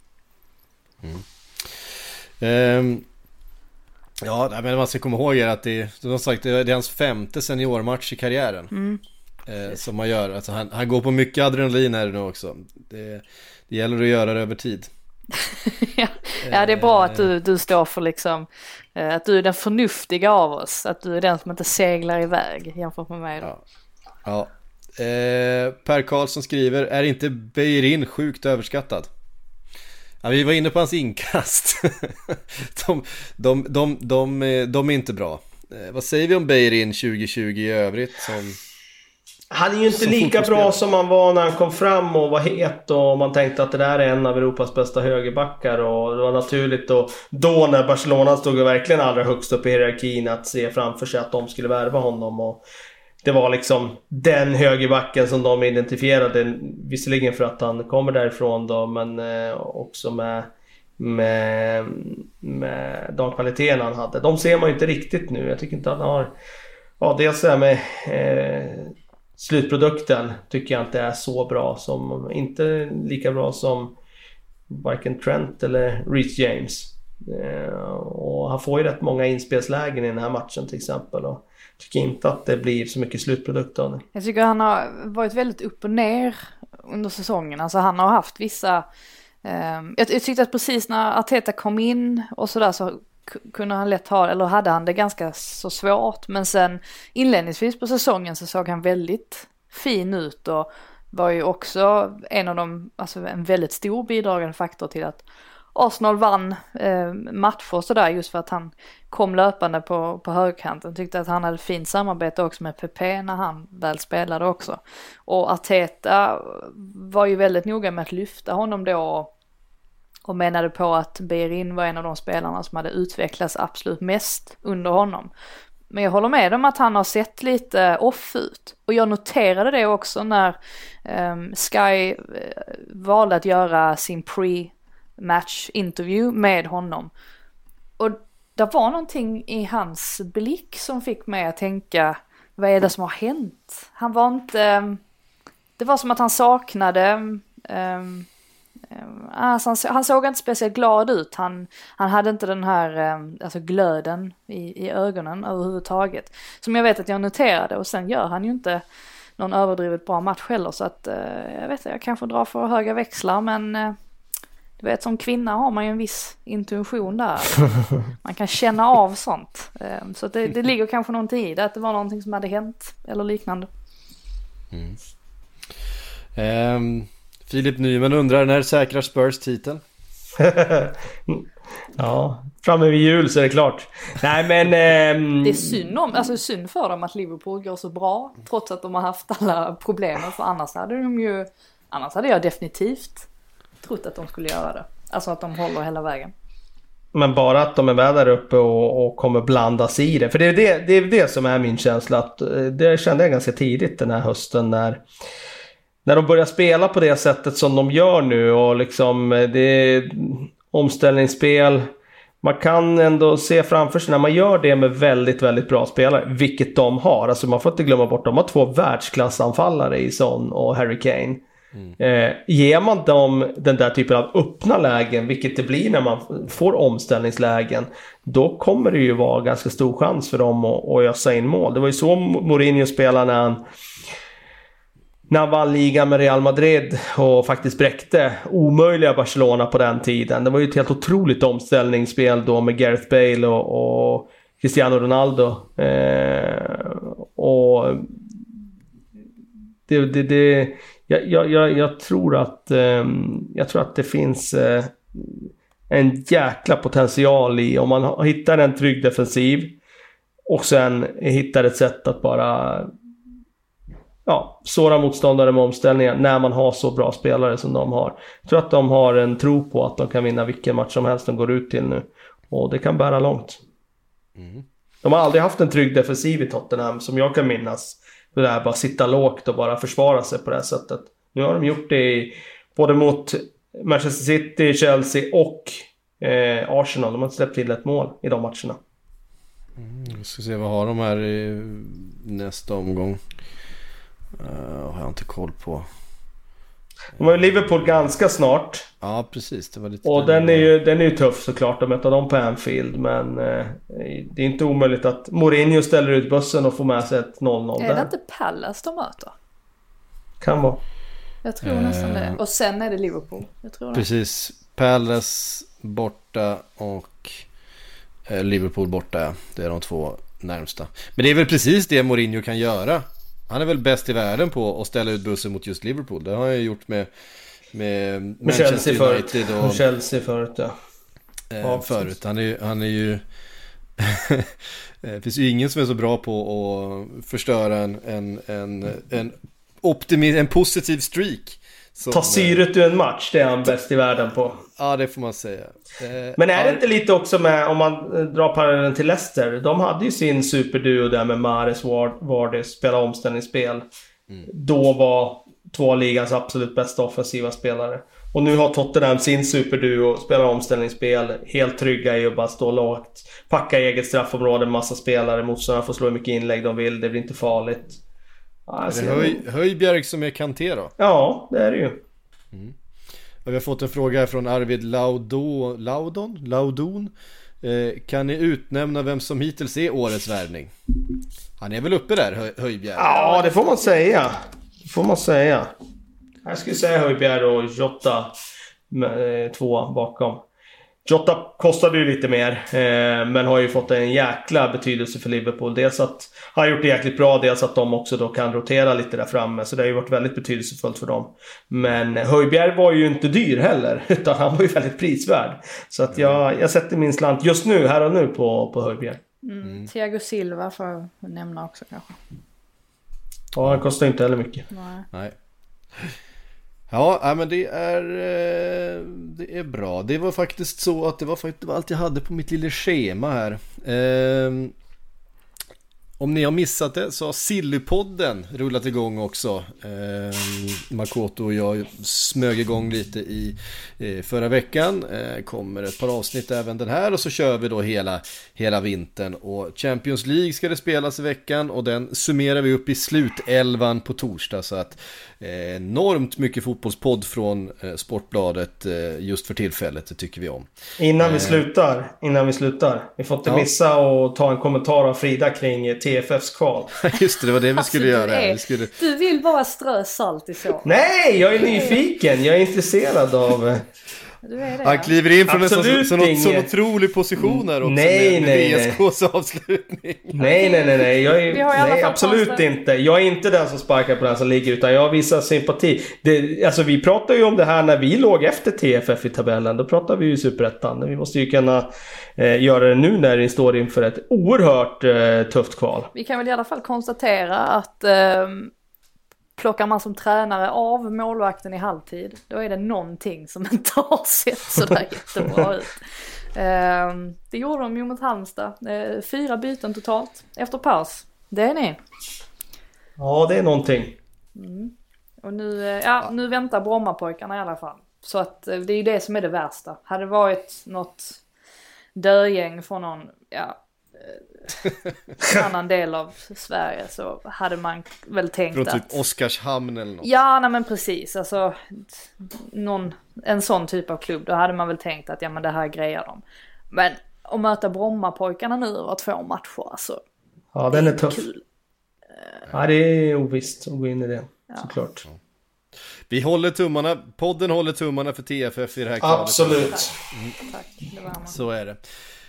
Mm. Um, ja, men man ska komma ihåg är att det, som sagt, det är hans femte seniormatch i karriären mm. eh, som man gör. Alltså han, han går på mycket adrenalin här nu också. Det, det gäller att göra det över tid. ja. ja, det är bra att du, du står för liksom eh, att du är den förnuftiga av oss. Att du är den som inte seglar iväg jämfört med mig då. Ja, ja. Eh, Per Karlsson skriver: är inte Beirin sjukt överskattad? Ja, vi var inne på hans inkast. de, de, de, de, de är inte bra. Eh, vad säger vi om Beirin tjugo tjugo i övrigt? Som, han är ju inte lika bra som han var när han kom fram och var het. Och man tänkte att det där är en av Europas bästa högerbackar. Och det var naturligt. Och då när Barcelona stod verkligen allra högst upp i hierarkin att se framför sig att de skulle värva honom. Och det var liksom den högerbacken som de identifierade. Visserligen för att han kommer därifrån då, men eh, också med, med, med de kvaliteterna han hade. De ser man ju inte riktigt nu. Jag tycker inte att han har... Ja, dels det här med eh, slutprodukten tycker jag inte är så bra som... Inte lika bra som varken Trent eller Reece James. Eh, och han får ju rätt många inspelslägen i den här matchen till exempel. Och tycker inte att det blir så mycket slutprodukt av det. Jag tycker han har varit väldigt upp och ner under säsongen. Alltså han har haft vissa Um, jag, jag tyckte att precis när Arteta kom in och sådär så k- kunde han lätt ha, eller hade han det ganska så svårt. Men sen inledningsvis på säsongen så såg han väldigt fin ut och var ju också en av de, alltså en väldigt stor bidragande faktor till att Arsenal vann eh, matcher sådär, just för att han kom löpande på, på högerkanten. Tyckte att han hade fint samarbete också med P P när han väl spelade också. Och Arteta var ju väldigt noga med att lyfta honom då och menade på att Bellerin var en av de spelarna som hade utvecklats absolut mest under honom. Men jag håller med om att han har sett lite off ut. Och jag noterade det också när um, Sky uh, valde att göra sin pre-match-interview med honom. Och det var någonting i hans blick som fick mig att tänka, vad är det som har hänt? Han var inte... Um, det var som att han saknade... Um, Alltså han, han såg inte speciellt glad ut. Han, han hade inte den här alltså glöden i, i ögonen överhuvudtaget. Som jag vet att jag noterade. Och sen gör han ju inte någon överdrivet bra match heller. Så att jag vet att jag kanske drar för höga växlar. Men du vet, som kvinna har man ju en viss intuition där. Man kan känna av sånt. Så att det, det ligger kanske någonting i det. Att det var någonting som hade hänt eller liknande. Mm. Um. Filip Nyman undrar, när säkrar Spurs titeln? Ja, framme vid jul så är det klart. Nej men... Ehm... Det är synd, om, alltså synd för dem att Liverpool går så bra, trots att de har haft alla problemen. För annars hade de ju... Annars hade jag definitivt trott att de skulle göra det. Alltså att de håller hela vägen. Men bara att de är med där uppe och, och kommer blandas i det. För det är det, det är det som är min känsla. Att, det kände jag ganska tidigt den här hösten när... När de börjar spela på det sättet som de gör nu och liksom det är omställningsspel. Man kan ändå se framför sig när man gör det med väldigt, väldigt bra spelare. Vilket de har. Alltså man får inte glömma bort, de har två världsklassanfallare i Son och Harry Kane. Mm. Eh, ger man dem den där typen av öppna lägen, vilket det blir när man får omställningslägen, då kommer det ju vara ganska stor chans för dem att, att ösa in mål. Det var ju så Mourinho spelade när han När han vann ligan med Real Madrid och faktiskt bräckte omöjliga Barcelona på den tiden. Det var ju ett helt otroligt omställningsspel då med Gareth Bale och, och Cristiano Ronaldo. Eh, och det, det, det, jag, jag, jag, tror att, eh, jag tror att det finns eh, en jäkla potential i om man hittar en trygg defensiv och sen hittar ett sätt att bara... Ja, såra motståndare med omställningar när man har så bra spelare som de har. Jag tror att de har en tro på att de kan vinna vilken match som helst de går ut till nu. Och det kan bära långt. Mm. De har aldrig haft en trygg defensiv i Tottenham som jag kan minnas. Det där bara sitta lågt och bara försvara sig på det här sättet. Nu har de gjort det i, både mot Manchester City, Chelsea och eh, Arsenal. De har släppt till ett mål i de matcherna. Mm, jag ska se, vad har de här i nästa omgång? Uh, har jag inte koll på. De har ju Liverpool ganska snart. Ja, precis. Det var lite och den är, ju, den är ju tuff såklart att möta dem på Anfield. Men uh, det är inte omöjligt att Mourinho ställer ut bussen och får med sig ett noll noll där. Är det inte Palace de möter? Kan vara. Jag tror uh, nästan det. Och sen är det Liverpool. Jag tror precis. Det. Palace borta och uh, Liverpool borta. Det är de två närmsta. Men det är väl precis det Mourinho kan göra. Han är väl bäst i världen på att ställa ut bussen mot just Liverpool. Det har jag gjort med, med Manchester Chelsea United förut. och Chelsea förut, ja. Eh, ja förut. Han är, han är ju... det finns ju ingen som är så bra på att förstöra en, en, en, en, optimi- en positiv streak. Som, Ta syret ur en match, det är han bäst i världen på. Ja, det får man säga. Eh, Men är det inte lite också med, om man drar parallellen till Leicester, de hade ju sin superduo där med Mahrez, Vardy, spela omställningsspel. Mm. Då var två av ligans absolut bästa offensiva spelare. Och nu har Tottenham sin superduo, spelar omställningsspel, helt trygga i att bara stå lågt, packa eget straffområde, massa spelare, motståndarna får slå hur mycket inlägg de vill, det blir inte farligt. Ja, är det Höj, Höjbjerg som är Kanté då? Ja, det är det ju. Mm. Vi har fått en fråga här från Arvid Laudo, Laudon? Laudon. Eh, kan ni utnämna vem som hittills är årets värvning? Han är väl uppe där, Hö, Höjbjerg? Ja, det får man säga. Det får man säga. Jag skulle säga Höjbjerg och Jota. eh, tvåa bakom. Jota kostade ju lite mer, eh, men har ju fått en jäkla betydelse för Liverpool. Dels att han har gjort det jäkligt bra, dels att de också då kan rotera lite där framme. Så det har ju varit väldigt betydelsefullt för dem. Men Højbjerg var ju inte dyr heller, utan han var ju väldigt prisvärd. Så att jag, jag sätter min slant just nu, här och nu, på, på Højbjerg. Mm. Mm. Thiago Silva får jag nämna också kanske. Ja, han kostar inte heller mycket. Nej. Nej. Ja, men det är det är bra. Det var faktiskt så att det var faktiskt allt jag hade på mitt lilla schema här. Ehm, om ni har missat det så har Sillypodden rullat igång också. Ehm, Makoto och jag smög igång lite i eh, förra veckan. Ehm, kommer ett par avsnitt även den här, och så kör vi då hela, hela vintern. Och Champions League ska det spelas i veckan, och den summerar vi upp i slutelvan på torsdag. Så att eh, enormt mycket fotbollspodd från eh, Sportbladet eh, just för tillfället, det tycker vi om. Innan vi slutar, innan vi slutar. Vi får inte Ja. missa att ta en kommentar av Frida kring T F F:s kval. Just det, det var det vi skulle Alltså, du göra. är- Vi skulle... Du vill bara strö salt i så. Nej, jag är nyfiken. Jag är intresserad av... Du är det. Han kliver in från en så, Absolut så, så, så inget. otrolig position här också, Nej, med, med nej, V S K:s avslutning. Nej, nej, nej, nej. Jag är, Vi har i alla nej fall absolut konstat- inte. Jag är inte den som sparkar på den som ligger, utan jag visar sympati. Det, alltså vi pratar ju om det här när vi låg efter T F F i tabellen. Då pratar vi ju Superettan. Vi måste ju kunna eh, göra det nu när vi står inför ett oerhört eh, tufft kval. Vi kan väl i alla fall konstatera att eh, plockar man som tränare av målvakten i halvtid, då är det någonting som inte har sett sådär jättebra ut. Eh, det gjorde de ju mot Halmstad. Eh, fyra byten totalt efter paus. Det är ni. Ja, det är någonting. Och nu, eh, ja, nu väntar Brommapojkarna i alla fall. Så att eh, det är ju det som är det värsta. Hade det varit något dödgäng från någon, ja, eh, annan del av Sverige, så hade man väl tänkt Från typ att... Oskarshamn eller något. Ja, nej men precis. Alltså, någon, en sån typ av klubb, då hade man väl tänkt att ja, men det här grejer de. Men att möta Brommapojkarna nu över två matcher, alltså. Ja, den är tuff. Kul. Ja, det är ovisst att gå in i det. Ja. Såklart. Vi håller tummarna, podden håller tummarna för T F F i det här kvalet. Absolut. Tack, det var man. Så är det.